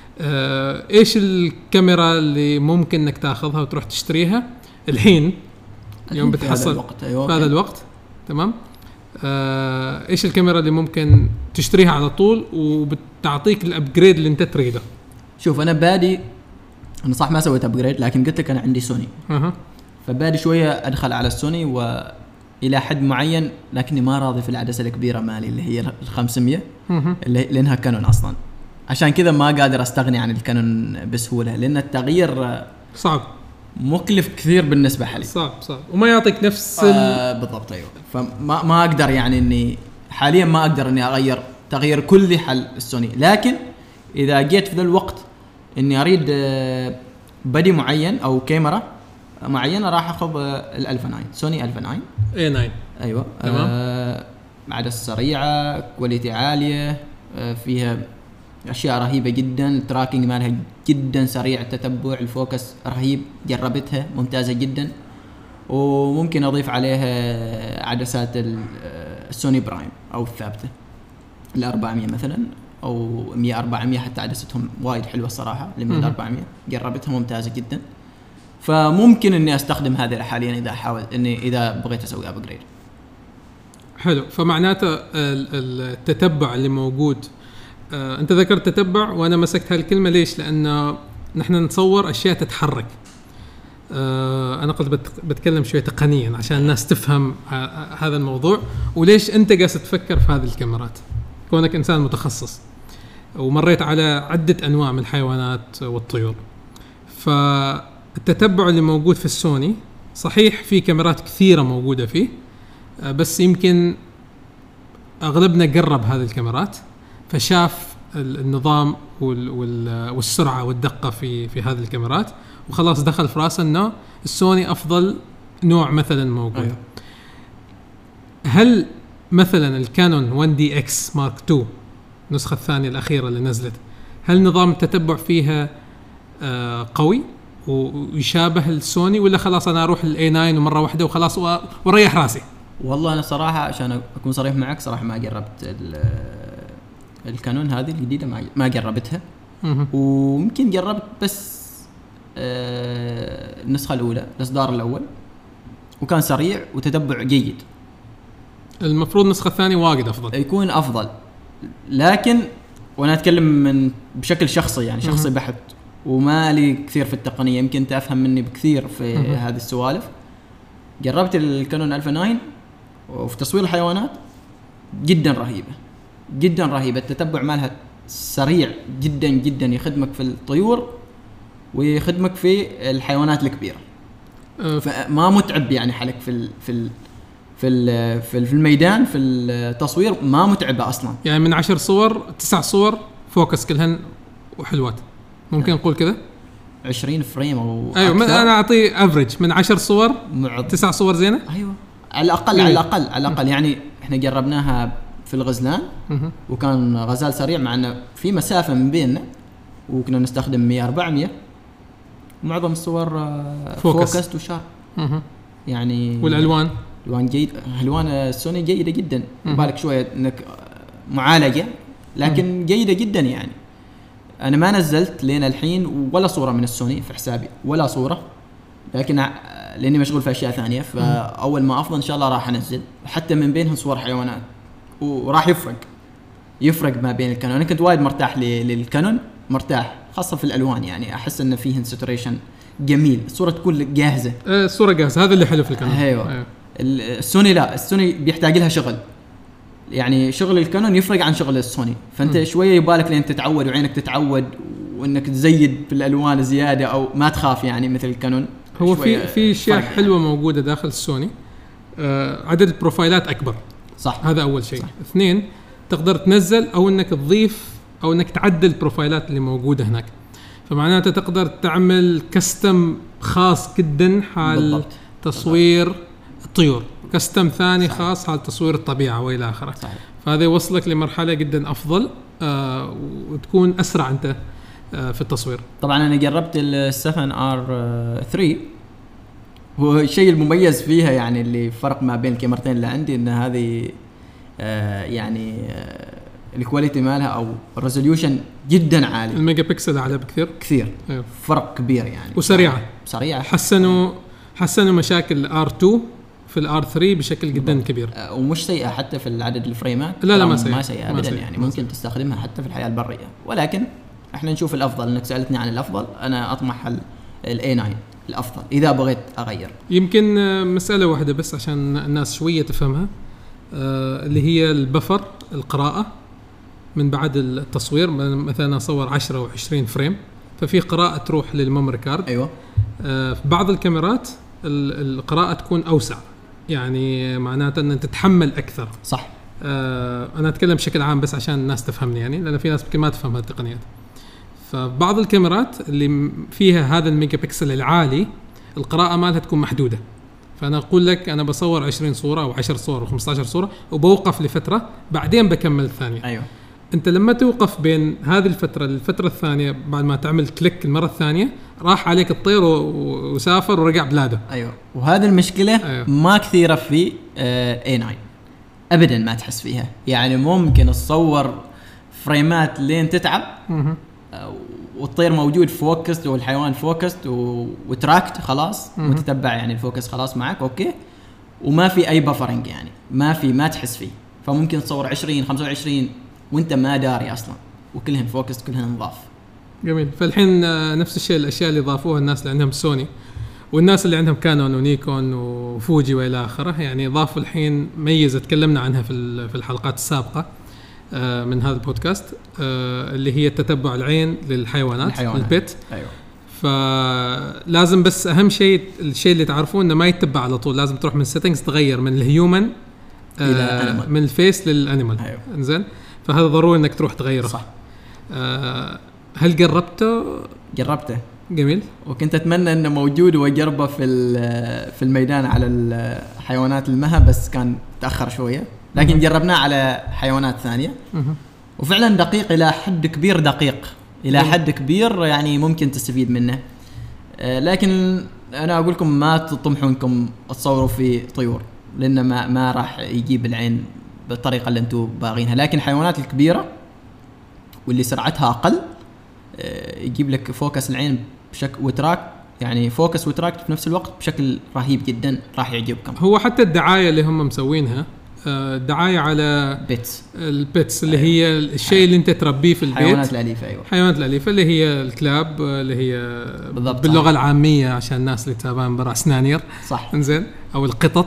ايش الكاميرا اللي ممكن انك تاخذها وتروح تشتريها الحين اليوم بتحصل في هذا الوقت؟ تمام. ايش الكاميرا اللي ممكن تشتريها على طول وبتعطيك الابجريد اللي انت تريده؟ شوف انا بادي، انا صح ما سويت ابجريد، لكن قلت لك انا عندي سوني. فبادي شويه ادخل على السوني والى حد معين، لكني ما راضي في العدسه الكبيره مالي اللي هي ال500 اللي لانها كانون اصلا. عشان كذا ما قادر استغني عن الكانون بسهوله، لان التغيير صعب، مكلف كثير بالنسبه لي. صعب وما يعطيك نفس بالضبط. ايوه. فما اقدر يعني اني حاليا ما اقدر اني اغير تغيير كلي حل السوني. لكن اذا جيت في ذا الوقت اني اريد بدي معين او كاميرا معينه، راح اخذ الالفا 9، سوني الفا 9 A9. ايوه. تمام. عدسه سريعه، كواليتي عاليه، فيها اشياء رهيبه جدا، التراكنج مالها جدا سريع، التتبع، الفوكس رهيب، جربتها ممتازه جدا. وممكن اضيف عليها عدسات السوني برايم او الثابته ال400 مثلا، او 100-400 حتى عدستهم وايد حلوه الصراحه. ال 400 جربتها ممتازه جدا. فممكن اني استخدم هذه حاليا اذا حاول اني اذا بغيت اسوي ابجريد. حلو. فمعناته التتبع اللي موجود، انت ذكرت تتبع وانا مسكت هالكلمه ليش؟ لانه نحن نصور اشياء تتحرك. انا قلت بتكلم شويه تقنيا عشان الناس تفهم هذا الموضوع، وليش انت قاعد تفكر في هذه الكاميرات كونك انسان متخصص ومريت على عده انواع من الحيوانات والطيور. فالتتبع اللي موجود في السوني صحيح في كاميرات كثيره موجوده فيه، بس يمكن اغلبنا جرب هذه الكاميرات فشاف النظام والسرعه والدقه في هذه الكاميرات وخلاص دخل في راسه انه السوني افضل نوع مثلا موجود. أيوه. هل مثلا الكانون 1DX مارك 2 النسخه الثانيه الاخيره اللي نزلت هل نظام التتبع فيها قوي ويشابه السوني ولا خلاص انا اروح للاي 9 ومره واحده وخلاص وريح راسي؟ والله انا صراحه عشان اكون صريح معك صراحه ما جربت الكانون هذه الجديده ما جربتها. وممكن جربت بس النسخه الاولى الاصدار الاول وكان سريع وتتبع جيد. المفروض النسخه الثانيه واجد افضل يكون افضل لكن وانا اتكلم بشكل شخصي يعني شخصي بحت وما لي كثير في التقنيه يمكن تفهم مني بكثير في هذه السوالف. جربت الكانون الفا 9 وفي تصوير الحيوانات جدا رهيبه جدا رهيبه. التتبع مالها سريع جدا جدا يخدمك في الطيور ويخدمك في الحيوانات الكبيره فما متعب يعني حالك في الميدان في التصوير ما متعبه اصلا. يعني من 10 صور 9 صور فوكس كلهن وحلوات ممكن نقول كذا 20 فريم او ايوه انا اعطي افريج من 10 صور 9 صور زينه. ايوه على الاقل على الاقل يعني احنا جربناها في الغزلان وكان غزال سريع مع انه في مسافه من بيننا وكنا نستخدم 100 400 معظم الصور فوكست وشارب يعني. والالوان جيد الوان السوني جيده جدا بالك شويه انك معالجه لكن جيده جدا يعني. انا ما نزلت لين الحين ولا صوره من السوني في حسابي ولا صوره لكن لاني مشغول في اشياء ثانيه فاول ما افضل ان شاء الله راح انزل حتى من بينهم صور حيوانات وراح يفرق ما بين الكانون. انا كنت وايد مرتاح للكانون مرتاح خاصه في الالوان يعني احس انه فيه ساتوريشن جميل الصوره تكون جاهزه الصوره جاهزه هذا اللي حلو في الكانون. أيوة. السوني لا السوني بيحتاج لها شغل يعني شغل الكانون يفرق عن شغل السوني فانت شويه يبالك لين تتعود وعينك تتعود وانك تزيد في الالوان زياده او ما تخاف يعني مثل الكانون. هو في اشياء حلوه موجوده داخل السوني عدد البروفايلات اكبر صح هذا اول شيء. اثنين تقدر تنزل او انك تضيف او انك تعدل البروفايلات اللي موجوده هناك فمعناته تقدر تعمل كستم خاص جدا حال بالضبط. تصوير الطيور كستم ثاني صحيح. خاص حال تصوير الطبيعه والى اخره. فهذا يوصلك لمرحله جدا افضل وتكون اسرع انت في التصوير. طبعا انا جربت ال7R3 هو الشيء المميز فيها يعني اللي فرق ما بين الكاميرتين اللي عندي ان هذه يعني الكواليتي مالها او الريزوليوشن جدا عالي الميجا بكسل اعلى بكثير كثير أيوه. فرق كبير يعني وسريعه حسنوا مشاكل R2 في الR3 بشكل جدا كبير ومش سيئه حتى في العدد الفريمات لا ما سيئه ابدا يعني ممكن تستخدمها حتى في الحياه البريه ولكن احنا نشوف الافضل. انك سالتني عن الافضل انا اطمح الاي 9 الافضل اذا بغيت اغير. يمكن مساله واحده بس عشان الناس شويه تفهمها اللي هي البفر القراءه من بعد التصوير مثلا اصور 10 و20 فريم ففي قراءه تروح للميموري كارد. ايوه في بعض الكاميرات القراءه تكون اوسع يعني معناته ان تتحمل اكثر صح. انا اتكلم بشكل عام بس عشان الناس تفهمني يعني لان في ناس يمكن ما تفهم هالتقنيات. فبعض الكاميرات اللي فيها هذا الميجا بكسل العالي القراءه مالها تكون محدوده فانا اقول لك انا بصور 20 صوره او 10 صور او 15 صوره وبوقف لفتره بعدين بكمل الثانيه. ايوه انت لما توقف بين هذه الفتره للفتره الثانيه بعد ما تعمل كليك المره الثانيه راح عليك الطير وسافر ورجع بلاده. ايوه وهذه المشكله أيوه. ما كثيره في A9 ابدا ما تحس فيها يعني ممكن تصور فريمات لين تتعب والطير موجود فوكست والحيوان فوكست وتراكت خلاص وتتبع يعني الفوكس خلاص معك اوكي وما في اي بفرنج يعني ما تحس فيه فممكن تصور 20 25 وانت ما داري اصلا وكلهم فوكست كلهم نظاف. جميل. فالحين نفس الشيء الاشياء اللي ضافوها الناس اللي عندهم سوني والناس اللي عندهم كانون ونيكون وفوجي والى اخره يعني ضافوا الحين ميزه تكلمنا عنها في الحلقات السابقه من هذا البودكاست اللي هي تتبع العين للحيوانات البيت. ايوه فلازم بس اهم شيء الشيء اللي تعرفوه انه ما يتبع على طول لازم تروح من السيتنجز تغير من الهيومن من الفيس للانيمال. أيوه. انزين، فهذا ضروري انك تروح تغيره. صح. هل جربته؟ جربته. جميل. وكنت اتمنى انه موجود واجربه في الميدان على الحيوانات المها، بس كان تاخر شويه، لكن جربناه على حيوانات ثانيه. وفعلا دقيق الى حد كبير، دقيق الى حد كبير، يعني ممكن تستفيد منه. لكن انا اقول لكم ما تطمحوا انكم تصوروا في طيور، لانه ما راح يجيب العين بالطريقه اللي انتم باغينها. لكن الحيوانات الكبيره واللي سرعتها اقل يجيب لك فوكس العين بشكل وتراك، يعني فوكس وتراك في نفس الوقت بشكل رهيب جدا، راح يعجبكم. هو حتى الدعايه اللي هم مسوينها دعايه على البيتس اللي هي الشيء اللي انت تربيه في البيت، حيوانات الاليفه. ايوه، حيوانات الاليفه اللي هي الكلاب، اللي هي بالضبط باللغه صحيح. العاميه عشان الناس اللي تابعين برا سنانير. صح. انزين، او القطط.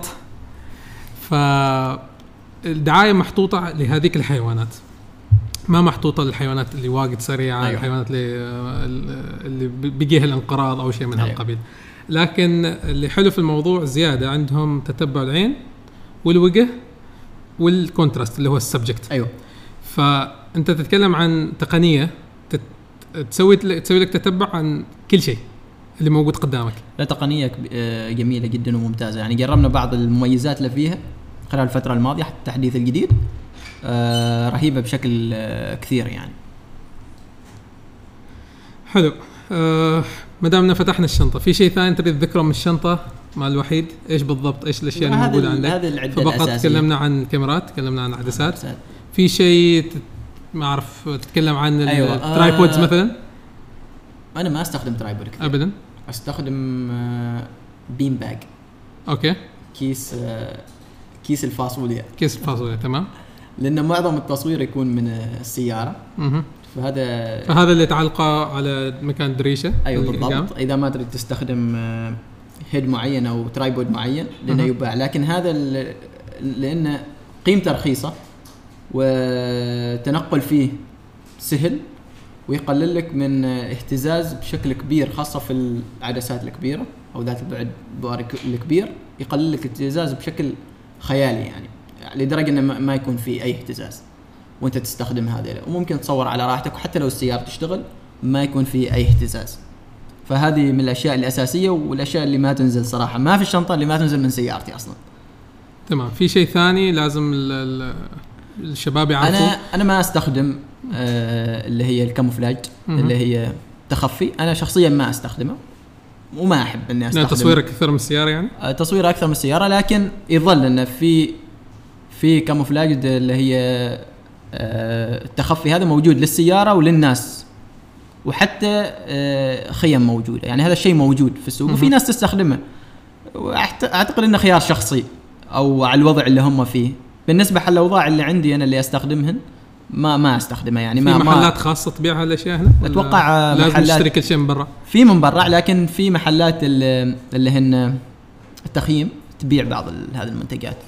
فالدعايه محطوطه لهذيك الحيوانات، ما محطوطه للحيوانات اللي واجد سريعه. أيوة. الحيوانات اللي بيجيها الانقراض او شيء من أيوة. هالقبيل. لكن اللي حلو في الموضوع زياده، عندهم تتبع العين والوجه والكونتراست اللي هو السبجكت. ايوه. فانت تتكلم عن تقنيه تسوي لك تتبع عن كل شيء اللي موجود قدامك. لا، تقنيه جميله جدا وممتازه، يعني جربنا بعض المميزات اللي فيها خلال الفتره الماضيه، حتى التحديث الجديد رهيبه بشكل كثير يعني. حلو. ما دامنا فتحنا الشنطه، في شيء ثاني تريد تذكره من الشنطه مع الوحيد؟ ايش بالضبط، ايش الاشياء اللي موجوده عندك؟ هذه العده فقط الاساسيه. تكلمنا عن كاميرات، تكلمنا عن عدسات. في شيء ما اعرف تتكلم عن الترايبودز مثلا؟ انا ما استخدم ترايبود كثير ابدا، استخدم بيم باج. اوكي. كيس الفاصوليا. كيس الفاصوليا، تمام. لان معظم التصوير يكون من السياره. فهذا اللي تعلقه على مكان دريشه. ايوه بالضبط. اذا ما تريد تستخدم هيد معين او ترايبود معين لانه يباع، لكن هذا لانه قيمته رخيصه وتنقل فيه سهل ويقلل لك من اهتزاز بشكل كبير، خاصه في العدسات الكبيره او ذات البعد الكبير، يقلل لك اهتزاز بشكل خيالي، يعني لدرجه انه ما يكون في اي اهتزاز وانت تستخدم هذا، وممكن تصور على راحتك، وحتى لو السيارة تشتغل ما يكون في اي اهتزاز. فهذه من الاشياء الاساسيه والاشياء اللي ما تنزل صراحه، ما في الشنطه اللي ما تنزل من سيارتي اصلا. تمام. في شيء ثاني لازم الشباب يعرفوا؟ انا ما استخدم اللي هي الكاموفلاج، اللي هي تخفي. انا شخصيا ما استخدمه وما احب اني استخدمه. تصويرك اكثر من السياره يعني؟ تصوير اكثر من السياره، لكن يظل انه في كاموفلاج اللي هي التخفي، هذا موجود للسياره وللناس، وحتى خيم موجوده، يعني هذا الشيء موجود في السوق وفي ناس تستخدمه. اعتقد انه خيار شخصي او على الوضع اللي هم فيه. بالنسبه حل الاوضاع اللي عندي انا اللي استخدمهن ما استخدمه، يعني في محلات خاصه تبيع هالاشياء هنا؟ اتوقع لازم تشتري كل شيء من برا؟ في من برا، لكن في محلات اللي هن التخييم تبيع بعض هذه المنتجات.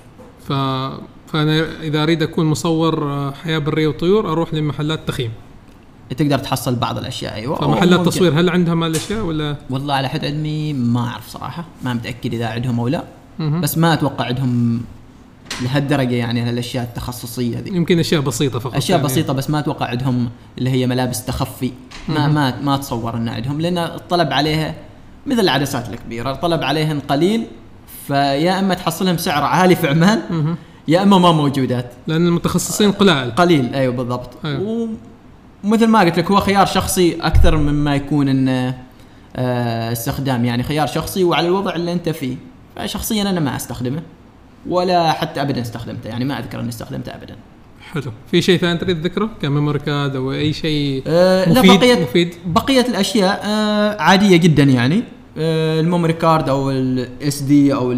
فانا اذا اريد اكون مصور حياه بريه وطيور اروح لمحلات تخييم. تقدر تحصل بعض الاشياء. ايوه. فمحلات تصوير هل عندهم هالاشياء ولا؟ والله على حد علمي ما اعرف صراحه، ما متاكد اذا عندهم او لا، بس ما اتوقع عندهم لهالدرجه، يعني هالاشياء التخصصيه هذه. يمكن اشياء بسيطه فقط، اشياء يعني بسيطه، بس ما اتوقع عندهم اللي هي ملابس تخفي. ما اتصور ان عندهم، لان الطلب عليها مثل العدسات الكبيره، الطلب عليهن قليل، فيا اما تحصلهم سعر عالي في عمان يا اما ما موجودات، لان المتخصصين قليل. ايوه بالضبط. أيوة. ومثل ما قلت لك هو خيار شخصي اكثر مما يكون انه استخدام، يعني خيار شخصي وعلى الوضع اللي انت فيه. فشخصيا انا ما استخدمه ولا حتى ابدا استخدمته، يعني ما اذكر اني استخدمته ابدا. حلو. في شيء ثاني تريد تذكره كميموري كارد او اي شيء مفيد؟ بقيه الاشياء عاديه جدا، يعني الميموري كارد او الاس دي او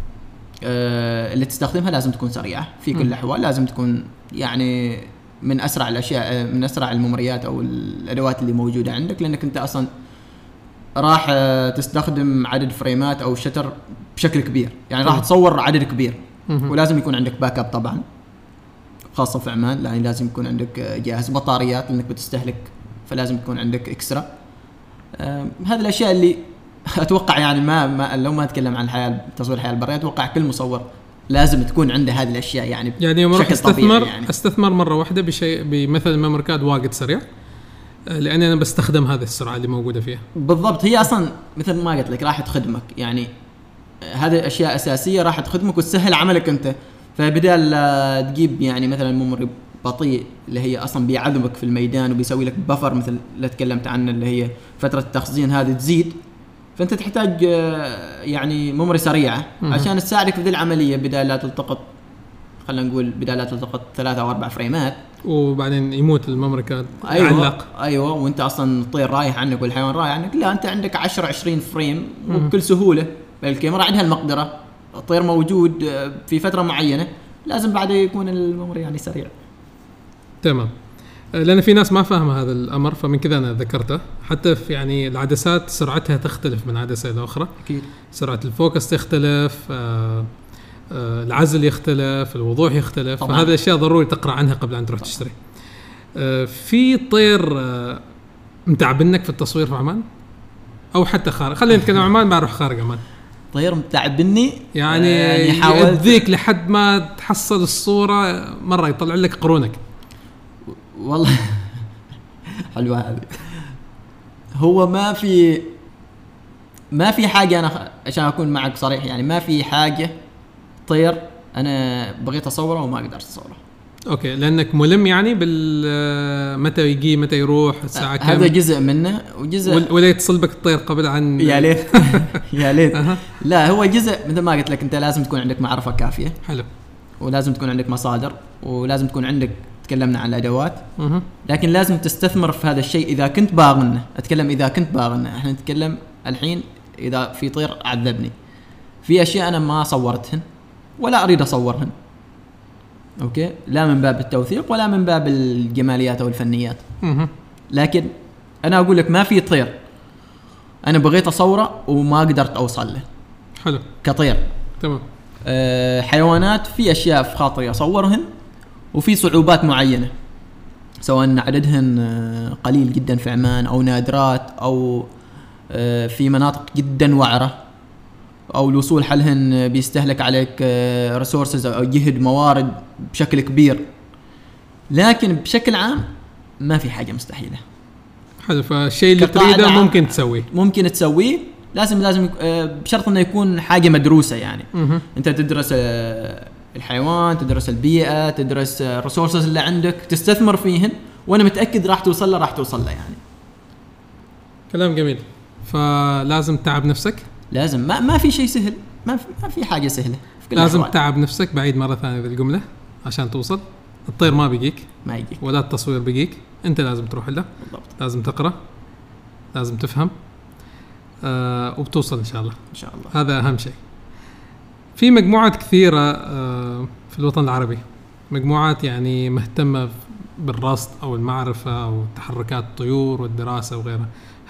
اللي تستخدمها لازم تكون سريعه في كل الاحوال، لازم تكون يعني من اسرع الاشياء، من اسرع الميموريات او الادوات اللي موجوده عندك، لانك انت اصلا راح تستخدم عدد فريمات او شتر بشكل كبير، يعني راح تصور عدد كبير، ولازم يكون عندك باك اب طبعا، خاصه في عمان، يعني لازم يكون عندك جاهز بطاريات لانك بتستهلك، فلازم يكون عندك اكسترا. هذه الاشياء اللي اتوقع يعني ما لو ما اتكلم عن تصوير الحياه البريه، اتوقع كل مصور لازم تكون عنده هذه الاشياء يعني يوم اروح استثمر يعني. استثمر مره واحده بشيء بمثل الميموري كارد واجد سريع، لأن أنا بستخدم هذه السرعة اللي موجودة فيها. بالضبط، هي أصلا مثل ما قلت لك راح تخدمك يعني، هذه أشياء أساسية راح تخدمك وتسهل عملك أنت. فبدال تجيب يعني مثلا ميموري بطيء اللي هي أصلا بيعذبك في الميدان وبيسوي لك بفر مثل اللي تكلمت عنه اللي هي فترة التخزين هذه تزيد، فأنت تحتاج يعني ميموري سريعة عشان تساعدك في ذي العملية، بدال لا تلتقط، خلينا نقول بدال لا تلتقط 3 أو 4 فريمات وبعدين يموت الميموري كارد. ايوه وانت اصلا الطير رايح عنك والحيوان رايح عنك، لا انت عندك 10 20 فريم وبكل سهوله. الكاميرا عندها المقدره، الطير موجود في فتره معينه، لازم بعد يكون الميموري يعني سريع. تمام. لان في ناس ما فاهمه هذا الامر، فمن كذا انا ذكرته. حتى في يعني العدسات سرعتها تختلف من عدسه الى اخرى، اكيد سرعه الفوكس تختلف، العزل يختلف، الوضوح يختلف طبعا. فهذه الاشياء ضروري تقرا عنها قبل ان تروح تشتري. في طير متعبنك في التصوير في عمان او حتى خارج، خلينا نتكلم عن عمان ما اروح خارج عمان. طير متعبني يعني يؤذيك لحد ما تحصل الصوره مره يطلع لك قرونك والله. حلوه هذه. هو ما في حاجه، انا عشان اكون معك صريح يعني ما في حاجه طير انا بغيت اصوره وما قدرت اصوره. اوكي، لانك ملم يعني متى يجي متى يروح الساعه كم. هذا جزء منه وجزء ولا يتصل بك الطير قبل عن يا ليت يا ليت. لا هو جزء مثل ما قلت لك، انت لازم تكون عندك معرفه كافيه. حلو. ولازم تكون عندك مصادر، ولازم تكون عندك، تكلمنا عن الادوات، لكن لازم تستثمر في هذا الشيء اذا كنت باغنه. اتكلم اذا كنت باغنه، احنا نتكلم الحين اذا في طير عذبني في اشياء انا ما صورتهن ولا اريد اصورهن، اوكي، لا من باب التوثيق ولا من باب الجماليات او الفنيات. لكن انا اقول لك ما في طير انا بغيت اصوره وما قدرت اوصل له. حلو. كطير تمام. حيوانات في اشياء في خاطري اصورهن، وفي صعوبات معينه سواء عددهن قليل جدا في عمان او نادرات او في مناطق جدا وعره، او الوصول حلهن بيستهلك عليك ريسورسز او جهد موارد بشكل كبير. لكن بشكل عام ما في حاجه مستحيله. حلو. فالشيء اللي تريده ممكن تسويه، لازم بشرط انه يكون حاجه مدروسه يعني. انت تدرس الحيوان، تدرس البيئه، تدرس الريسورسز اللي عندك، تستثمر فيهن، وانا متاكد راح توصل له يعني. كلام جميل. فلازم تعب نفسك، لازم ما في شيء سهل، ما في حاجه سهله. لازم تعب نفسك. بعيد مره ثانيه بالجمله عشان توصل. الطير ما بيجيك ولا التصوير بيجيك، انت لازم تروح له بالضبط. لازم تقرا، لازم تفهم، وبتوصل ان شاء الله. هذا اهم شيء. في مجموعات كثيره في الوطن العربي، مجموعات يعني مهتمه بالرصد او المعرفه او تحركات الطيور والدراسه وغيرها.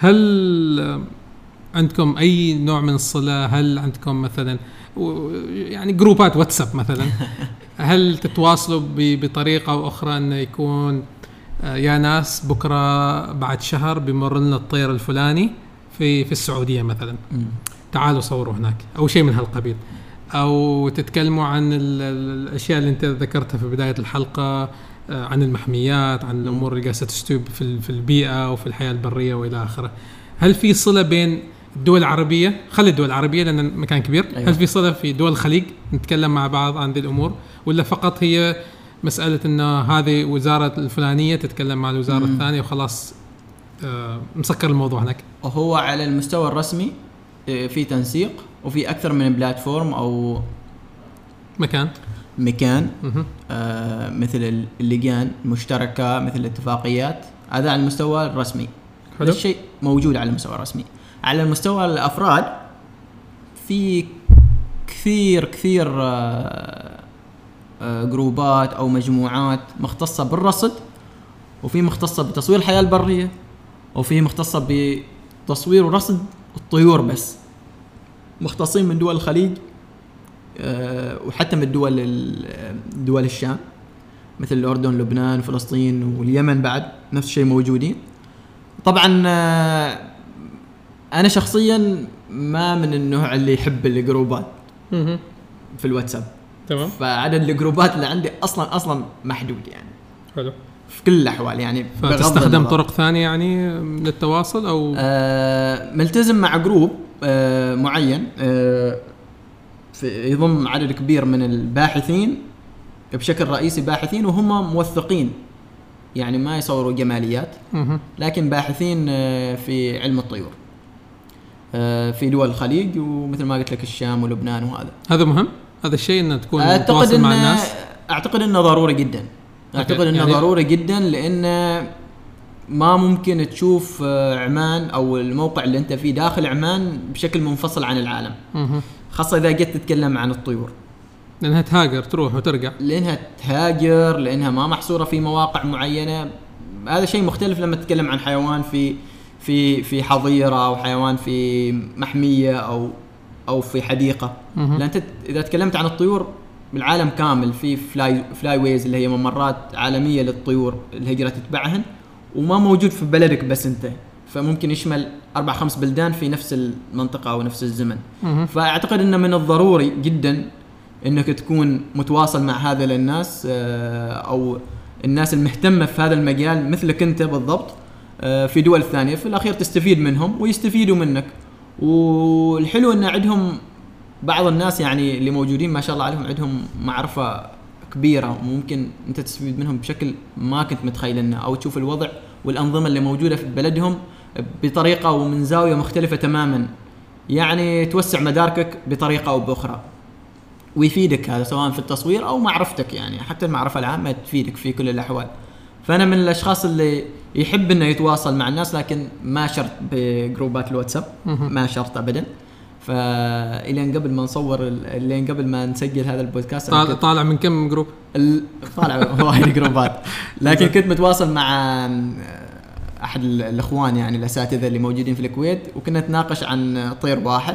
هل عندكم اي نوع من الصله؟ هل عندكم مثلا يعني جروبات واتساب مثلا؟ هل تتواصلوا بطريقه او اخرى انه يكون يا ناس بكره بعد شهر بيمر لنا الطير الفلاني في السعوديه مثلا، تعالوا صوروا هناك او شيء من هالقبيل، او تتكلموا عن الاشياء اللي انت ذكرتها في بدايه الحلقه، عن المحميات، عن الامور اللي قاعده تستوي في البيئه وفي الحياه البريه والى اخره؟ هل في صله بين الدول العربيه، خلي الدول العربيه لان مكان كبير، أيوة. هل في صله في دول الخليج نتكلم مع بعض عن ذي الامور، ولا فقط هي مساله انه هذه وزاره الفلانيه تتكلم مع الوزاره الثانيه وخلاص مسكر الموضوع هناك؟ هو على المستوى الرسمي في تنسيق، وفي اكثر من بلاتفورم او مكان مثل اللجان المشتركه، مثل الاتفاقيات. هذا على المستوى الرسمي، هذا الشيء موجود على المستوى الرسمي. على المستوى الافراد في كثير جروبات او مجموعات مختصه بالرصد، وفي مختصه بتصوير الحياه البريه، وفي مختصه بتصوير ورصد الطيور بس، مختصين من دول الخليج وحتى من دول الشام مثل الأردن، لبنان، فلسطين واليمن بعد نفس الشيء موجودين. طبعا أنا شخصيا ما من النوع اللي يحب الجروبات في الواتساب، تمام. فعدد الجروبات اللي عندي اصلا محدود يعني حلو. في كل الاحوال يعني. فتستخدم طرق ثانيه يعني للتواصل او ملتزم مع جروب معين يضم عدد كبير من الباحثين بشكل رئيسي، باحثين وهم موثقين يعني ما يصوروا جماليات لكن باحثين في علم الطيور في دول الخليج ومثل ما قلت لك الشام ولبنان. وهذا هذا مهم، هذا الشيء انه تكون متواصل مع الناس. اعتقد انه ضروري جدا. اعتقد انه يعني ضروري جدا لان ما ممكن تشوف عمان او الموقع اللي انت فيه داخل عمان بشكل منفصل عن العالم، خاصة اذا جيت تتكلم عن الطيور، لانها تهاجر تروح وترجع، لانها ما محصورة في مواقع معينة. هذا شيء مختلف لما تتكلم عن حيوان في حظيرة او حيوان في محمية او في حديقة. لان انت اذا تكلمت عن الطيور بالعالم كامل في فلاي ويز اللي هي ممرات عالمية للطيور الهجرة تتبعهن، وما موجود في بلدك بس انت، فممكن يشمل 4-5 بلدان في نفس المنطقة او نفس الزمن. فاعتقد انه من الضروري جدا انك تكون متواصل مع هذا الناس او الناس المهتمة في هذا المجال مثلك انت بالضبط في دول ثانية، في الاخير تستفيد منهم ويستفيدوا منك. والحلو ان عندهم بعض الناس يعني اللي موجودين ما شاء الله عليهم عندهم معرفة كبيرة وممكن انت تستفيد منهم بشكل ما كنت متخيل انه، او تشوف الوضع والانظمة اللي موجودة في بلدهم بطريقة ومن زاوية مختلفة تماما، يعني توسع مداركك بطريقة او باخرى ويفيدك هذا سواء في التصوير او معرفتك، يعني حتى المعرفة العامة تفيدك في كل الاحوال. فانا من الاشخاص اللي يحب انه يتواصل مع الناس لكن ما شرط بجروبات الواتساب، ما شرط ابدا. فإلين قبل ما نصور إلين قبل ما نسجل هذا البودكاست طالع من كم جروب؟ طالع وايد جروبات، لكن كنت متواصل مع أحد الإخوان يعني الأساتذة اللي موجودين في الكويت، وكنا نتناقش عن طير واحد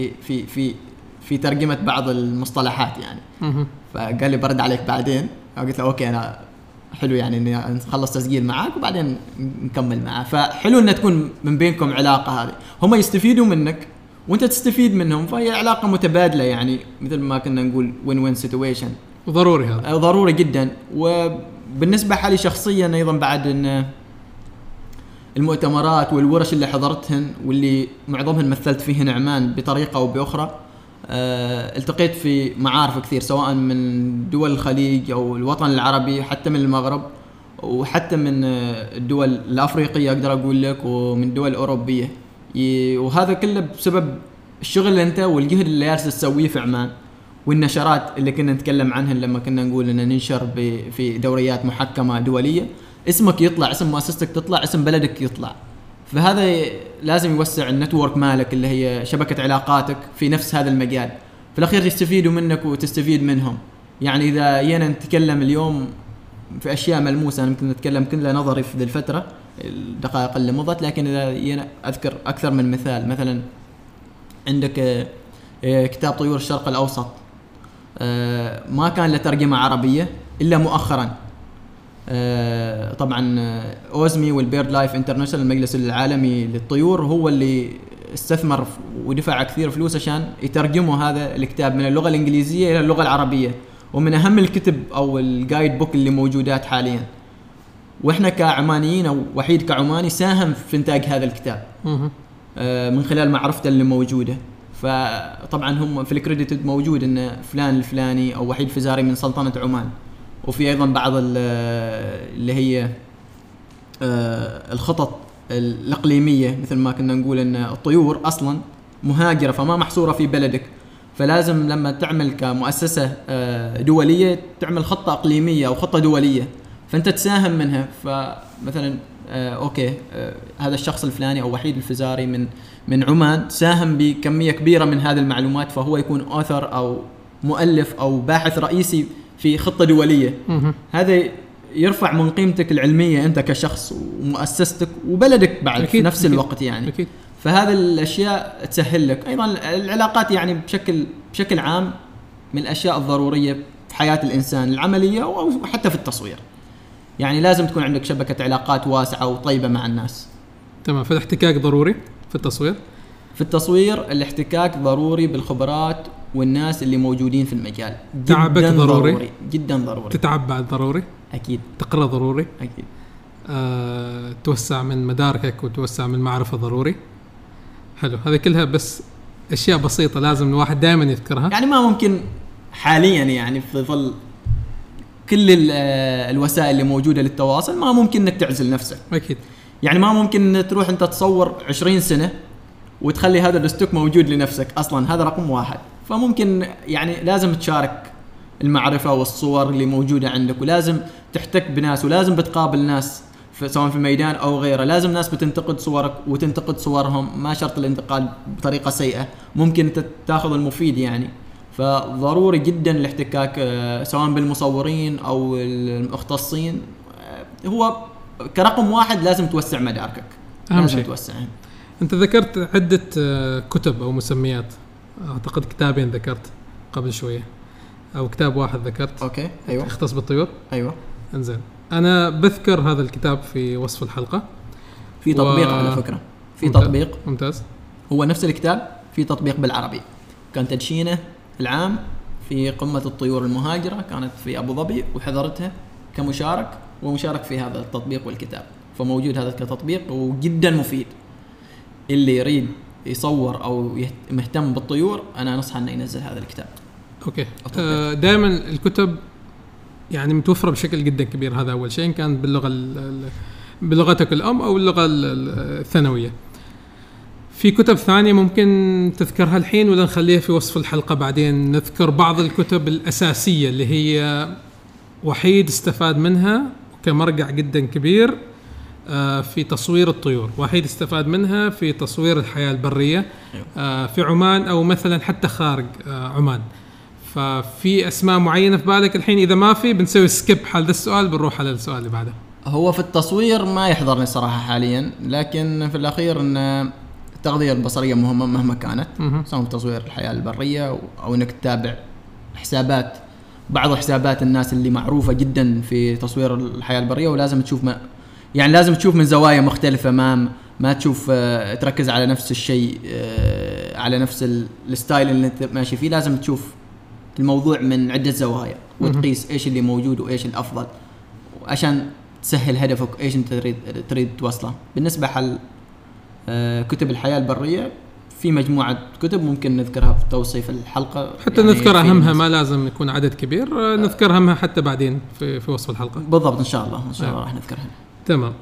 في ترجمة بعض المصطلحات يعني. فقال لي برد عليك بعدين، قلت له أوكي أنا حلو يعني إني نخلص تسجيل معاك وبعدين نكمل معه. فحلو إن تكون من بينكم علاقة، هذه هم يستفيدوا منك وانت تستفيد منهم، فهي علاقة متبادلة يعني مثل ما كنا نقول وين سيتويشن. وضروري هذا ضروري جدا. وبالنسبة حالي شخصيا ايضا بعد ان المؤتمرات والورش اللي حضرتهن واللي معظمهن مثلت فيهن عمان بطريقة او باخرى، التقيت في معارف كثير سواء من دول الخليج او الوطن العربي حتى من المغرب وحتى من الدول الافريقية اقدر اقول لك ومن الدول الاوروبية. وهذا كله بسبب الشغل اللي انت والجهد اللي جالس تسويه في عمان والنشرات اللي كنا نتكلم عنها لما كنا نقول ان ننشر في دوريات محكمة دولية، اسمك يطلع، اسم مؤسستك تطلع، اسم بلدك يطلع. فهذا لازم يوسع النتورك مالك اللي هي شبكة علاقاتك في نفس هذا المجال، في الاخير يستفيدوا منك وتستفيد منهم. يعني اذا جينا نتكلم اليوم في اشياء ملموسة، يمكن نتكلم كلها نظري في ذي الفترة الدقائق اللي مضت، لكن إذا أذكر أكثر من مثال، مثلا عندك كتاب طيور الشرق الأوسط ما كان له ترجمة عربية إلا مؤخرا. طبعا أوزمي والبيرد لايف انترناشونال المجلس العالمي للطيور هو اللي استثمر ودفع كثير فلوس عشان يترجموا هذا الكتاب من اللغة الإنجليزية إلى اللغة العربية، ومن أهم الكتب أو الجايد بوك اللي موجودات حاليا. واحنا كعمانيين او وحيد كعماني ساهم في انتاج هذا الكتاب من خلال معرفته اللي موجوده. فطبعا هم في الكريديت موجود ان فلان الفلاني او وحيد فزاري من سلطنة عمان، وفي ايضا بعض اللي هي الخطط الاقليميه مثل ما كنا نقول ان الطيور اصلا مهاجره فما محصوره في بلدك، فلازم لما تعمل كمؤسسه دوليه تعمل خطه اقليميه او خطه دوليه فانت تساهم منها. فمثلا اوكي هذا الشخص الفلاني او وحيد الفزاري من عمان ساهم بكميه كبيره من هذه المعلومات، فهو يكون اوثر او مؤلف او باحث رئيسي في خطه دوليه. هذا يرفع من قيمتك العلميه انت كشخص ومؤسستك وبلدك بعد في نفس الوقت يعني. أكيد. فهذا الاشياء تسهل لك. ايضا العلاقات يعني بشكل عام من الاشياء الضروريه في حياه الانسان العمليه او حتى في التصوير، يعني لازم تكون عندك شبكة علاقات واسعة وطيبة مع الناس. تمام. فالاحتكاك ضروري في التصوير. في التصوير الاحتكاك ضروري بالخبرات والناس اللي موجودين في المجال. تعبك ضروري جدا ضروري. تتعب بعد ضروري اكيد. تقرأ ضروري اكيد. توسع من مداركك وتوسع من المعرفة ضروري. حلو، هذه كلها بس أشياء بسيطة لازم الواحد دائما يذكرها. يعني ما ممكن حاليا يعني في ظل كل الوسائل اللي موجودة للتواصل ما ممكن انك تعزل نفسك. أكيد. يعني ما ممكن تروح انت تصور 20 سنة وتخلي هذا الستوك موجود لنفسك اصلا، هذا رقم واحد. فممكن يعني لازم تشارك المعرفة والصور اللي موجودة عندك، ولازم تحتك بناس، ولازم بتقابل ناس سواء في الميدان او غيره. لازم ناس بتنتقد صورك وتنتقد صورهم، ما شرط الانتقاد بطريقة سيئة، ممكن انت تاخذ المفيد يعني. فضروري جدا الاحتكاك سواء بالمصورين او المختصين. هو كرقم واحد لازم توسع مداركك، أهم لازم شيء. توسعها. أنت ذكرت عدة كتب أو مسميات، أعتقد كتابين ذكرت قبل شوية أو كتاب واحد ذكرت. اوكي. ايوه. يختص بالطيور. ايوه. انزين، أنا بذكر هذا الكتاب في وصف الحلقة. في تطبيق على فكرة، في ممتاز. تطبيق ممتاز. هو نفس الكتاب، في تطبيق بالعربي. كان تدشينه العام في قمة الطيور المهاجرة، كانت في أبو ظبي، وحضرتها كمشارك ومشارك في هذا التطبيق والكتاب. فموجود هذا كتطبيق وجدا مفيد. اللي يريد يصور أو مهتم بالطيور أنا نصح أنه ينزل هذا الكتاب. أوكي. دائما الكتب يعني متوفرة بشكل جدا كبير، هذا أول شيء، إن كان بلغتك الأم أو اللغة الثانوية. في كتب ثانية ممكن تذكرها الحين ولا نخليها في وصف الحلقة بعدين؟ نذكر بعض الكتب الأساسية اللي هي وحيد استفاد منها كمرجع جدا كبير في تصوير الطيور، وحيد استفاد منها في تصوير الحياة البرية في عمان أو مثلا حتى خارج عمان. ففي أسماء معينة في بالك الحين؟ إذا ما في بنسوي سكيب حال ذا السؤال، بنروح على السؤال اللي بعده. هو في التصوير ما يحضرني صراحة حاليا، لكن في الأخير أن التغذية البصرية مهمة مهما كانت، سواء في تصوير الحياة البرية أو أنك تتابع حسابات، بعض حسابات الناس اللي معروفة جدا في تصوير الحياة البرية، ولازم تشوف يعني لازم تشوف من زوايا مختلفة، ما تشوف تركز على نفس الشيء، على نفس الستايل اللي انت ماشي فيه. لازم تشوف الموضوع من عدة زوايا وتقيس ايش اللي موجود وايش الافضل عشان تسهل هدفك، ايش انت تريد توصله. بالنسبة حل كتب الحياة البرية، في مجموعة كتب ممكن نذكرها في توصيف الحلقة، حتى يعني نذكر أهمها، ما لازم يكون عدد كبير، نذكر أهمها حتى بعدين في وصف الحلقة. بالضبط، إن شاء الله راح نذكرها. تمام.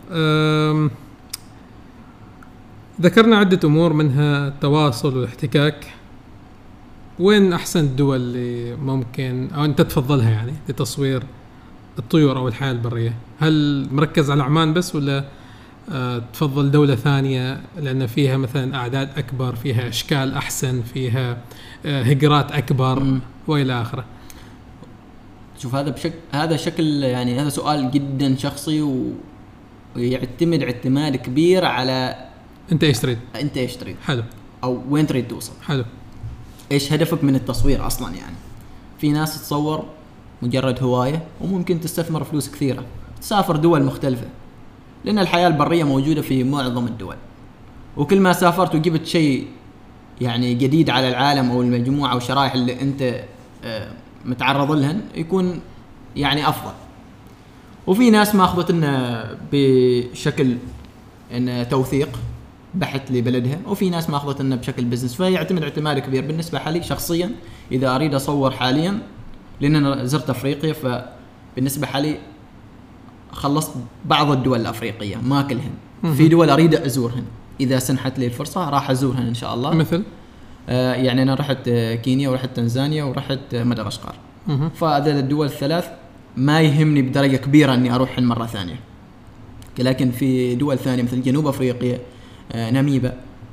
ذكرنا عدة أمور منها التواصل والاحتكاك. وين أحسن الدول اللي ممكن أو أنت تفضلها يعني لتصوير الطيور أو الحياة البرية؟ هل مركز على عمان بس ولا تفضل دولة ثانية لأن فيها مثلا أعداد أكبر، فيها أشكال أحسن، فيها هجرات أكبر وإلى آخره؟ شوف، هذا شكل يعني هذا سؤال جدا شخصي ويعتمد اعتماد كبير على أنت إيش تريد. حلو. أو وين تريد توصل. حلو. إيش هدفك من التصوير أصلا يعني. في ناس تصور مجرد هواية، وممكن تستثمر فلوس كثيرة، تسافر دول مختلفة، لأن الحياة البرية موجودة في معظم الدول. وكل ما سافرت وجبت شيء يعني جديد على العالم أو المجموعة أو شرائح اللي أنت متعرض لهن، يكون يعني أفضل. وفي ناس ما أخذتنا بشكل إن توثيق بحث لبلدها، وفي ناس ما أخذتنا بشكل بزنس. فيعتمد اعتماد كبير. بالنسبة حالي شخصيا، إذا أريد أصور حاليا، لأن أنا زرت أفريقيا، فبالنسبة حالي خلصت بعض الدول الأفريقية، ما كلهن. في دول أريد أزورهن، إذا سنحت لي الفرصة راح أزورهن إن شاء الله. مثل يعني أنا رحت كينيا ورحت تنزانيا ورحت مدغشقر. فهذه الدول الثلاث ما يهمني بدرجة كبيرة أني أروح مرة ثانية. لكن في دول ثانية مثل جنوب أفريقيا، ناميبا،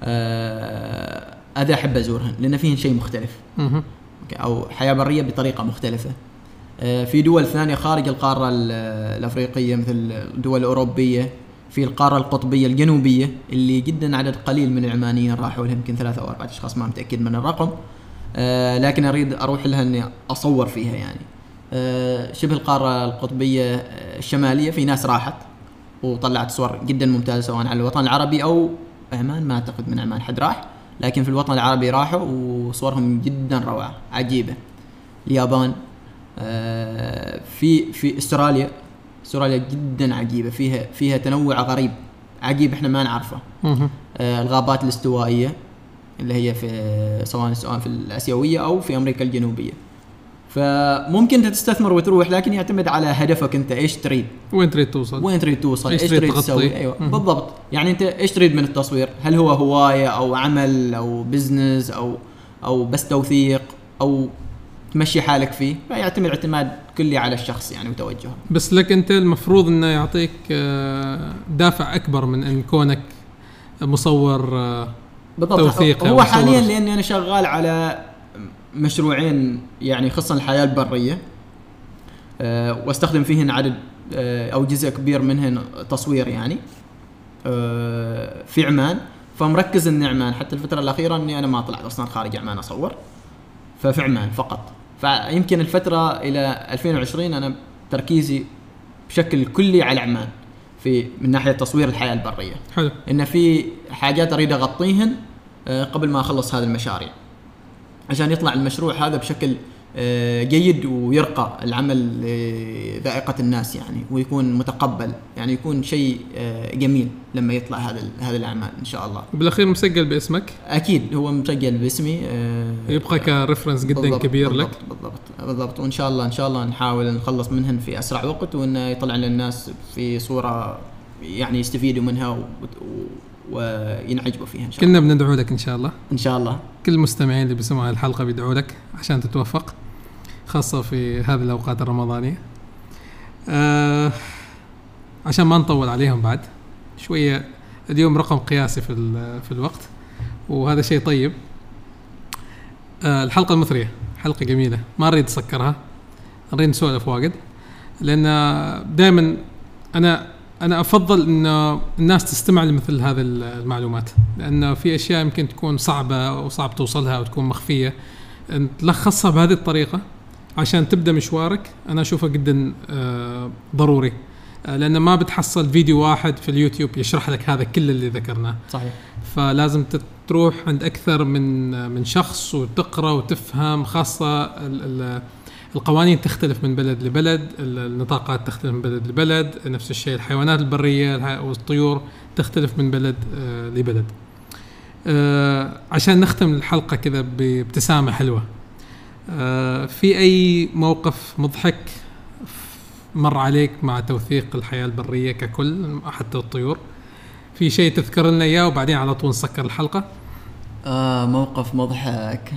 هذا أحب أزورهن لأن فيهن شيء مختلف، أو حياة برية بطريقة مختلفة. في دول ثانية خارج القارة الأفريقية مثل الدول الأوروبية، في القارة القطبية الجنوبية اللي جدا عدد قليل من العمانيين راحوا لها، يمكن 3 أو 4 أشخاص، ما متأكد من الرقم، لكن أريد أروح لها أني أصور فيها يعني. شبه القارة القطبية الشمالية في ناس راحت وطلعت صور جدا ممتازة، سواء على الوطن العربي أو عمان، ما أعتقد من عمان حد راح، لكن في الوطن العربي راحوا وصورهم جدا روعة عجيبة. اليابان، في استراليا جدا عجيبة، فيها تنوع غريب عجيب احنا ما نعرفه. الغابات الاستوائية اللي هي في سواء في الآسيوية أو في أمريكا الجنوبية. فممكن تستثمر وتروح، لكن يعتمد على هدفك انت، ايش تريد، وين تريد توصل، ايش تريد تسوي. ايوه بالضبط. يعني انت ايش تريد من التصوير؟ هل هو هواية او عمل او بزنس او بس توثيق او تمشي حالك فيه؟ فيعتمد اعتماد كلي على الشخص يعني وتوجهه. بس لك انت المفروض انه يعطيك دافع اكبر من ان كونك مصور توثيقي. هو حاليا لاني انا شغال على مشروعين يعني خصوصا الحياة البرية، واستخدم فيهن عدد او جزء كبير منهن تصوير يعني في عمان. فمركز ان عمان حتى الفترة الأخيرة اني انا ما طلعت اصلا خارج عمان اصور، ففي عمان فقط. فيمكن الفترة الى 2020 انا تركيزي بشكل كلي على عمان من ناحية تصوير الحياة البرية. حلو. ان في حاجات اريد اغطيهن قبل ما اخلص هذه المشاريع، عشان يطلع المشروع هذا بشكل جيد ويرقى العمل لذائقة الناس يعني، ويكون متقبل يعني، يكون شيء جميل لما يطلع هذا الأعمال إن شاء الله. بالأخير مسجل باسمك؟ أكيد هو مسجل باسمي، يبقى كريفرنس جدا كبير لك. بالضبط. وإن شاء الله نحاول نخلص منهن في أسرع وقت، وإنه يطلع للناس في صورة يعني يستفيدوا منها وينعجبوا فيها إن شاء الله. كلنا بندعو لك إن شاء الله. إن شاء الله. كل المستمعين اللي بيسمعوا الحلقة بيدعوا لك عشان تتوفق، خاصة في هذه الأوقات الرمضانية. عشان ما نطول عليهم بعد شوية، اليوم رقم قياسي في الوقت، وهذا شيء طيب. الحلقة المثرية حلقة جميلة، ما نريد نسكرها، نريد نسولف واجد، لأن دائما أنا أفضل إن الناس تستمع لمثل هذه المعلومات، لأن في أشياء يمكن تكون صعبة أو صعب توصلها أو تكون مخفية، تلخصها بهذه الطريقة عشان تبدأ مشوارك. أنا أشوفه جدا ضروري، لأن ما بتحصل فيديو واحد في اليوتيوب يشرح لك هذا كل اللي ذكرناه. صحيح. فلازم تروح عند أكثر من شخص وتقرأ وتفهم، خاصة القوانين تختلف من بلد لبلد، النطاقات تختلف من بلد لبلد، نفس الشيء الحيوانات البرية والطيور تختلف من بلد لبلد. عشان نختم الحلقة كذا بابتسامة حلوة، في أي موقف مضحك مر عليك مع توثيق الحياة البرية ككل حتى الطيور؟ في شيء تذكر لنا إياه وبعدين على طول نسكر الحلقة؟ موقف مضحك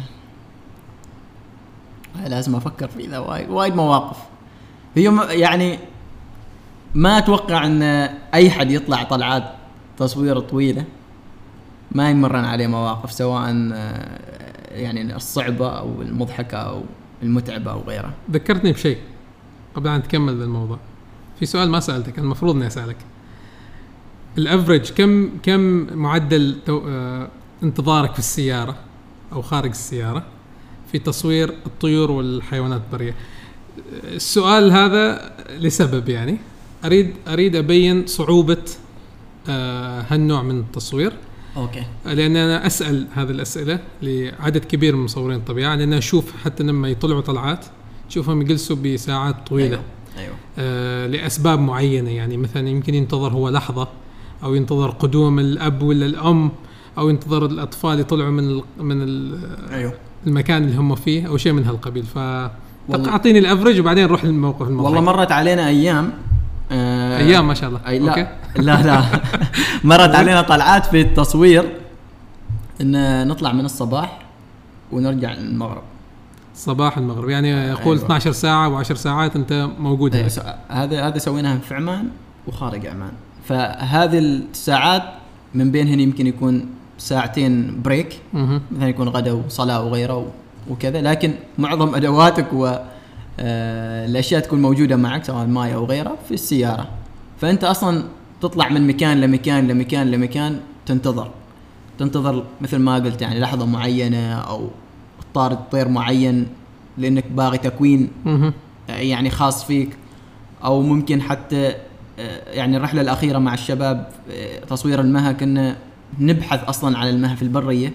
لازم أفكر فيه، ذا وايد مواقف. هي يعني ما أتوقع أن أي حد يطلع طلعات تصوير طويلة ما يمرن عليه مواقف، سواء يعني الصعبة أو المضحكة أو المتعبة أو غيرها. ذكرتني بشيء قبل أن تكمل الموضوع، في سؤال ما سألتك، المفروض أني أسألك. الأفريج كم معدل انتظارك في السيارة أو خارج السيارة في تصوير الطيور والحيوانات البرية؟ السؤال هذا لسبب، يعني أريد أبين صعوبة هالنوع من التصوير. أوكي. لأن أنا أسأل هذه الأسئلة لعدد كبير من مصورين الطبيعة، لأن أشوف حتى لما يطلعوا طلعات شوفهم يجلسوا بساعات طويلة. أيوة. لأسباب معينة، يعني مثلا يمكن ينتظر هو لحظة، أو ينتظر قدوم الأب ولا الأم، أو ينتظر الأطفال يطلعوا من أيوة. المكان اللي هم فيه أو شيء من هالقبيل. فأعطيني الأفرج وبعدين نروح للموقف المضحك. والله مرت علينا أيام ما شاء الله. أوكي. لا مرت علينا طلعات في التصوير إن نطلع من الصباح ونرجع المغرب. صباح المغرب يعني يقول 12 ساعة و10 ساعات أنت موجود. هذا سويناها في عمان وخارج عمان. فهذه الساعات من بينهن يمكن يكون ساعتين بريك، مثلا يكون غدا وصلاة وغيره وكذا، لكن معظم أدواتك والأشياء تكون موجودة معك سواء ماء أو غيره في السيارة. فأنت أصلا تطلع من مكان لمكان لمكان لمكان، تنتظر مثل ما قلت يعني لحظة معينة أو طير معين لأنك باغي تكوين يعني خاص فيك، أو ممكن حتى يعني الرحلة الأخيرة مع الشباب تصوير المها كنا نبحث أصلا عن المها في البرية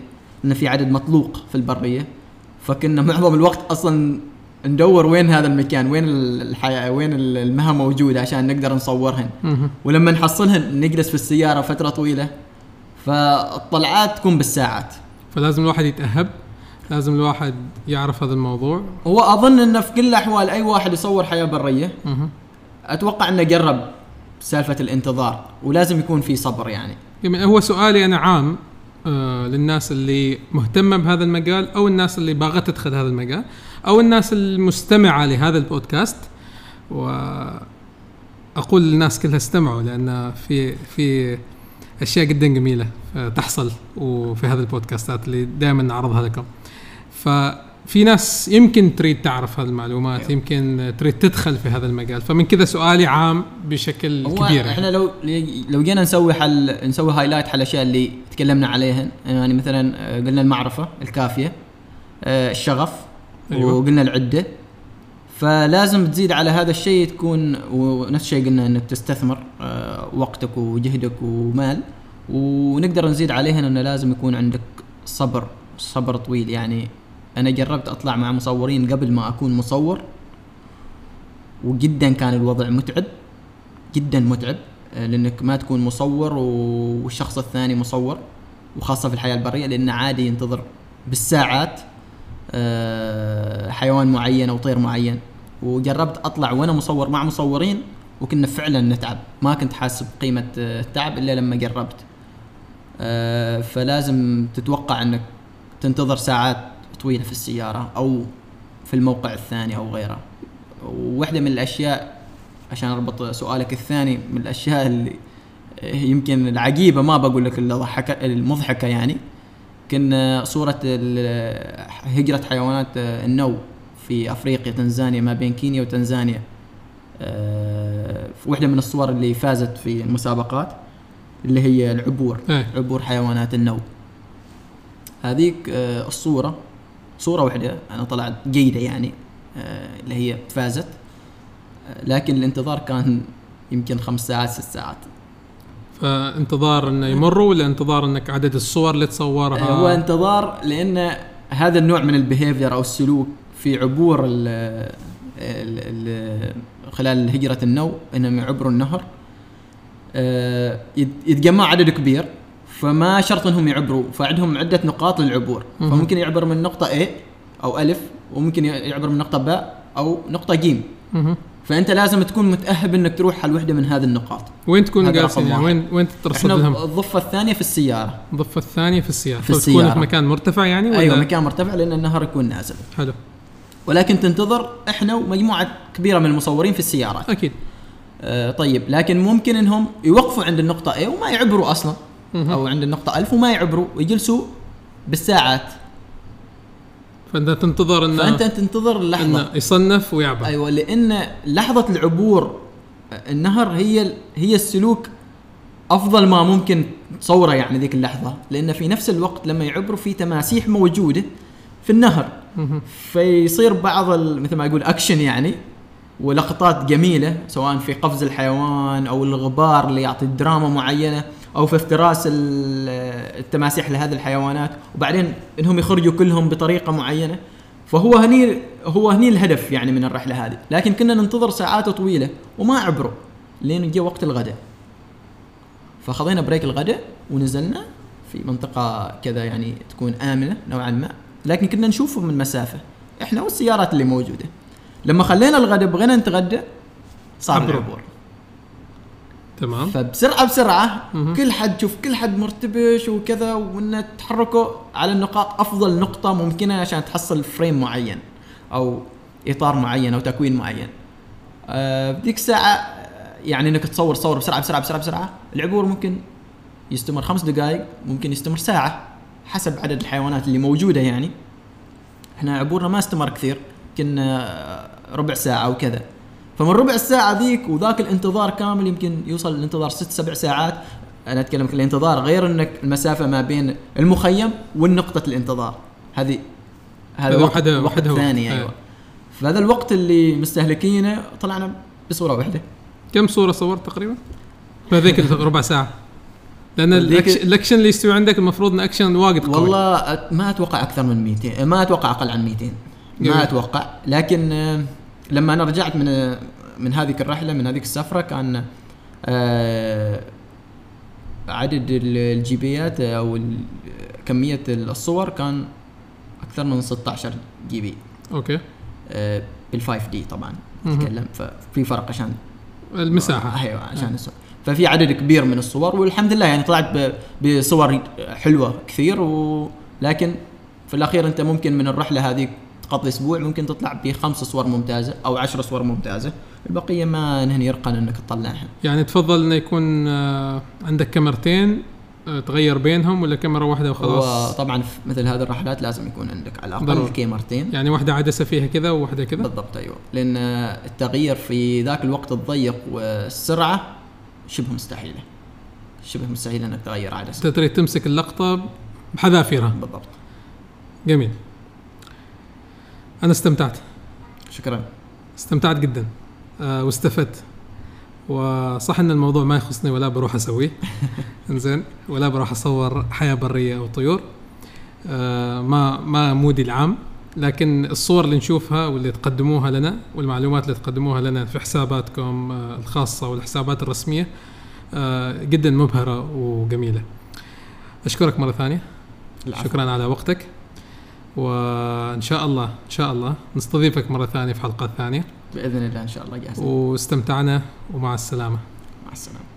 إن في عدد مطلوق في البرية، فكنا معظم الوقت أصلا ندور وين هذا المكان، وين وين المهام موجودة عشان نقدر نصورهن. ولما نحصلهن نجلس في السيارة فترة طويلة، فالطلعات تكون بالساعات. فلازم الواحد يتأهب، لازم الواحد يعرف هذا الموضوع. هو أظن إنه في كل الأحوال أي واحد يصور حياة برية أتوقع إنه جرب سالفة الانتظار، ولازم يكون في صبر يعني. هو سؤالي أنا عام للناس اللي مهتمة بهذا المجال، أو الناس اللي باغة تدخل هذا المجال، أو الناس المستمعة لهذا البودكاست. وأقول للناس كلها استمعوا، لأن في أشياء جدا جميلة تحصل وفي هذا البودكاستات اللي دائما نعرضها لكم. ففي ناس يمكن تريد تعرف هذه المعلومات، يمكن تريد تدخل في هذا المجال. فمن كذا سؤالي عام بشكل كبير. احنا لو جينا نسوي هايلايت على الاشياء اللي تكلمنا عليها، يعني مثلا قلنا المعرفة الكافية، الشغف، أيوة. وقلنا العدة. فلازم تزيد على هذا الشيء تكون، ونفس الشيء قلنا انك تستثمر وقتك وجهدك ومال، ونقدر نزيد عليها انه لازم يكون عندك صبر طويل. يعني انا جربت اطلع مع مصورين قبل ما اكون مصور، وجدا كان الوضع متعب، جدا متعب، لانك ما تكون مصور والشخص الثاني مصور، وخاصة في الحياة البرية، لانه عادي ينتظر بالساعات حيوان معين او طير معين. وجربت اطلع وانا مصور مع مصورين، وكنا فعلا نتعب، ما كنت حاسب قيمة التعب الا لما جربت. فلازم تتوقع انك تنتظر ساعات طويلة في السيارة او في الموقع الثاني او غيره. وواحدة من الاشياء، عشان اربط سؤالك الثاني، من الاشياء اللي يمكن العجيبة، ما بقول لك المضحكة يعني، كنا صورة هجرة حيوانات النو في أفريقيا، تنزانيا، ما بين كينيا وتنزانيا. في واحدة من الصور اللي فازت في المسابقات، اللي هي العبور، عبور حيوانات النو. هذيك الصورة صورة واحدة أنا طلعت جيدة يعني، اللي هي فازت، لكن الانتظار كان يمكن 5 ساعات 6 ساعات. فانتظار انه يمروا، ولا انتظار انك عدد الصور اللي تصورها؟ هو انتظار، لان هذا النوع من البيهيفير او السلوك في عبور خلال هجرة النو، انهم يعبروا النهر، يتجمع عدد كبير، فما شرط انهم يعبروا، فعندهم عدة نقاط للعبور. فممكن يعبر من نقطة A او ألف، وممكن يعبر من نقطة ب او نقطة ج. فأنت لازم تكون متأهب إنك تروح على واحدة من هذه النقاط. وين تكون جالسين يعني؟ وين ترصدهم؟ الضفة الثانية في السيارة. الضفة الثانية في السيارة. تكون في مكان مرتفع يعني؟ ولا؟ أيوة، مكان مرتفع، لأن النهر يكون نازل. حلو. ولكن تنتظر إحنا ومجموعة كبيرة من المصورين في السيارات. أكيد. طيب، لكن ممكن إنهم يوقفوا عند النقطة A وما يعبروا أصلاً، أو عند النقطة ألف وما يعبروا، ويجلسوا بالساعات. فأنت تنتظر فأنت تنتظر اللحظة إنه يصنف ويعبر. أيوة، لأن لحظة العبور النهر هي السلوك أفضل ما ممكن تصوره يعني ذيك اللحظة، لأن في نفس الوقت لما يعبروا في تماسيح موجودة في النهر، فيصير بعض مثل ما يقول أكشن يعني، ولقطات جميلة، سواء في قفز الحيوان أو الغبار اللي يعطي دراما معينة، أو في افتراس التماسيح لهذه الحيوانات، وبعدين إنهم يخرجوا كلهم بطريقة معينة. فهو هني الهدف يعني من الرحلة هذه. لكن كنا ننتظر ساعات طويلة وما عبروا، لين جاء وقت الغداء، فخذينا بريك الغداء ونزلنا في منطقة كذا يعني تكون آمنة نوعا ما، لكن كنا نشوفهم من مسافة إحنا والسيارات اللي موجودة. لما خلينا الغداء بغينا نتغدى، صار العبور. تمام. فبسرعة كل حد مرتبش وكذا، وإن تحركوا على النقاط، أفضل نقطة ممكنة عشان تحصل فريم معين أو إطار معين أو تكوين معين. بديك الساعة يعني إنك تصور بسرعة. العبور ممكن يستمر 5 دقائق، ممكن يستمر ساعة، حسب عدد الحيوانات اللي موجودة يعني. إحنا عبورنا ما استمر كثير، كنا ربع ساعة وكذا. فمن ربع الساعة ذيك وذاك الانتظار كامل يمكن يوصل الانتظار 6-7 ساعات. أنا أتكلم في الانتظار، غير إنك المسافة ما بين المخيم والنقطة الانتظار هذا وقت ثاني. أيوة. فهذا الوقت اللي مستهلكينه طلعنا بصورة واحدة. كم صورة صورت تقريبا في هذيك الربع ساعة؟ لان الاكشن اللي يستوي عندك المفروض ان اكشن واجد قوي. والله ما اتوقع اكثر من 200، ما اتوقع اقل عن 200 ما اتوقع. لكن لما انا رجعت من هذيك الرحله، من هذيك السفره، كان عدد الجيبيات او كميه الصور كان اكثر من 16 جي بي. اوكي. بال5 دي طبعا نتكلم، ففي فرق عشان المساحه. ايوه عشان الصور. ففي عدد كبير من الصور، والحمد لله يعني طلعت بصور حلوه كثير. ولكن في الاخير انت ممكن من الرحله هذه قبل اسبوع ممكن تطلع ب5 صور ممتازه او 10 صور ممتازه، البقيه ما نهني يرقن انك تطلعها. يعني تفضل انه يكون عندك كاميرتين تغير بينهم، ولا كاميرا واحده وخلاص؟ طبعا في مثل هذه الرحلات لازم يكون عندك على الاقل كاميرتين، يعني واحده عدسه فيها كذا وواحده كذا. بالضبط ايوه، لان التغيير في ذاك الوقت الضيق والسرعه شبه مستحيله انك تغير عدسه. تريد تمسك اللقطه بحذافيرها. بالضبط. جميل. انا استمتعت. شكرا. استمتعت جدا واستفدت. وصح ان الموضوع ما يخصني ولا بروح اسويه انزين، ولا بروح اصور حياه بريه او طيور، ما مودي العام. لكن الصور اللي نشوفها واللي تقدموها لنا والمعلومات اللي تقدموها لنا في حساباتكم الخاصه والحسابات الرسميه جدا مبهره وجميله. اشكرك مره ثانيه. شكرا على وقتك، وان شاء الله نستضيفك مره ثانيه في حلقات ثانيه باذن الله. ان شاء الله جاهزين. واستمتعنا، ومع السلامه. مع السلامه.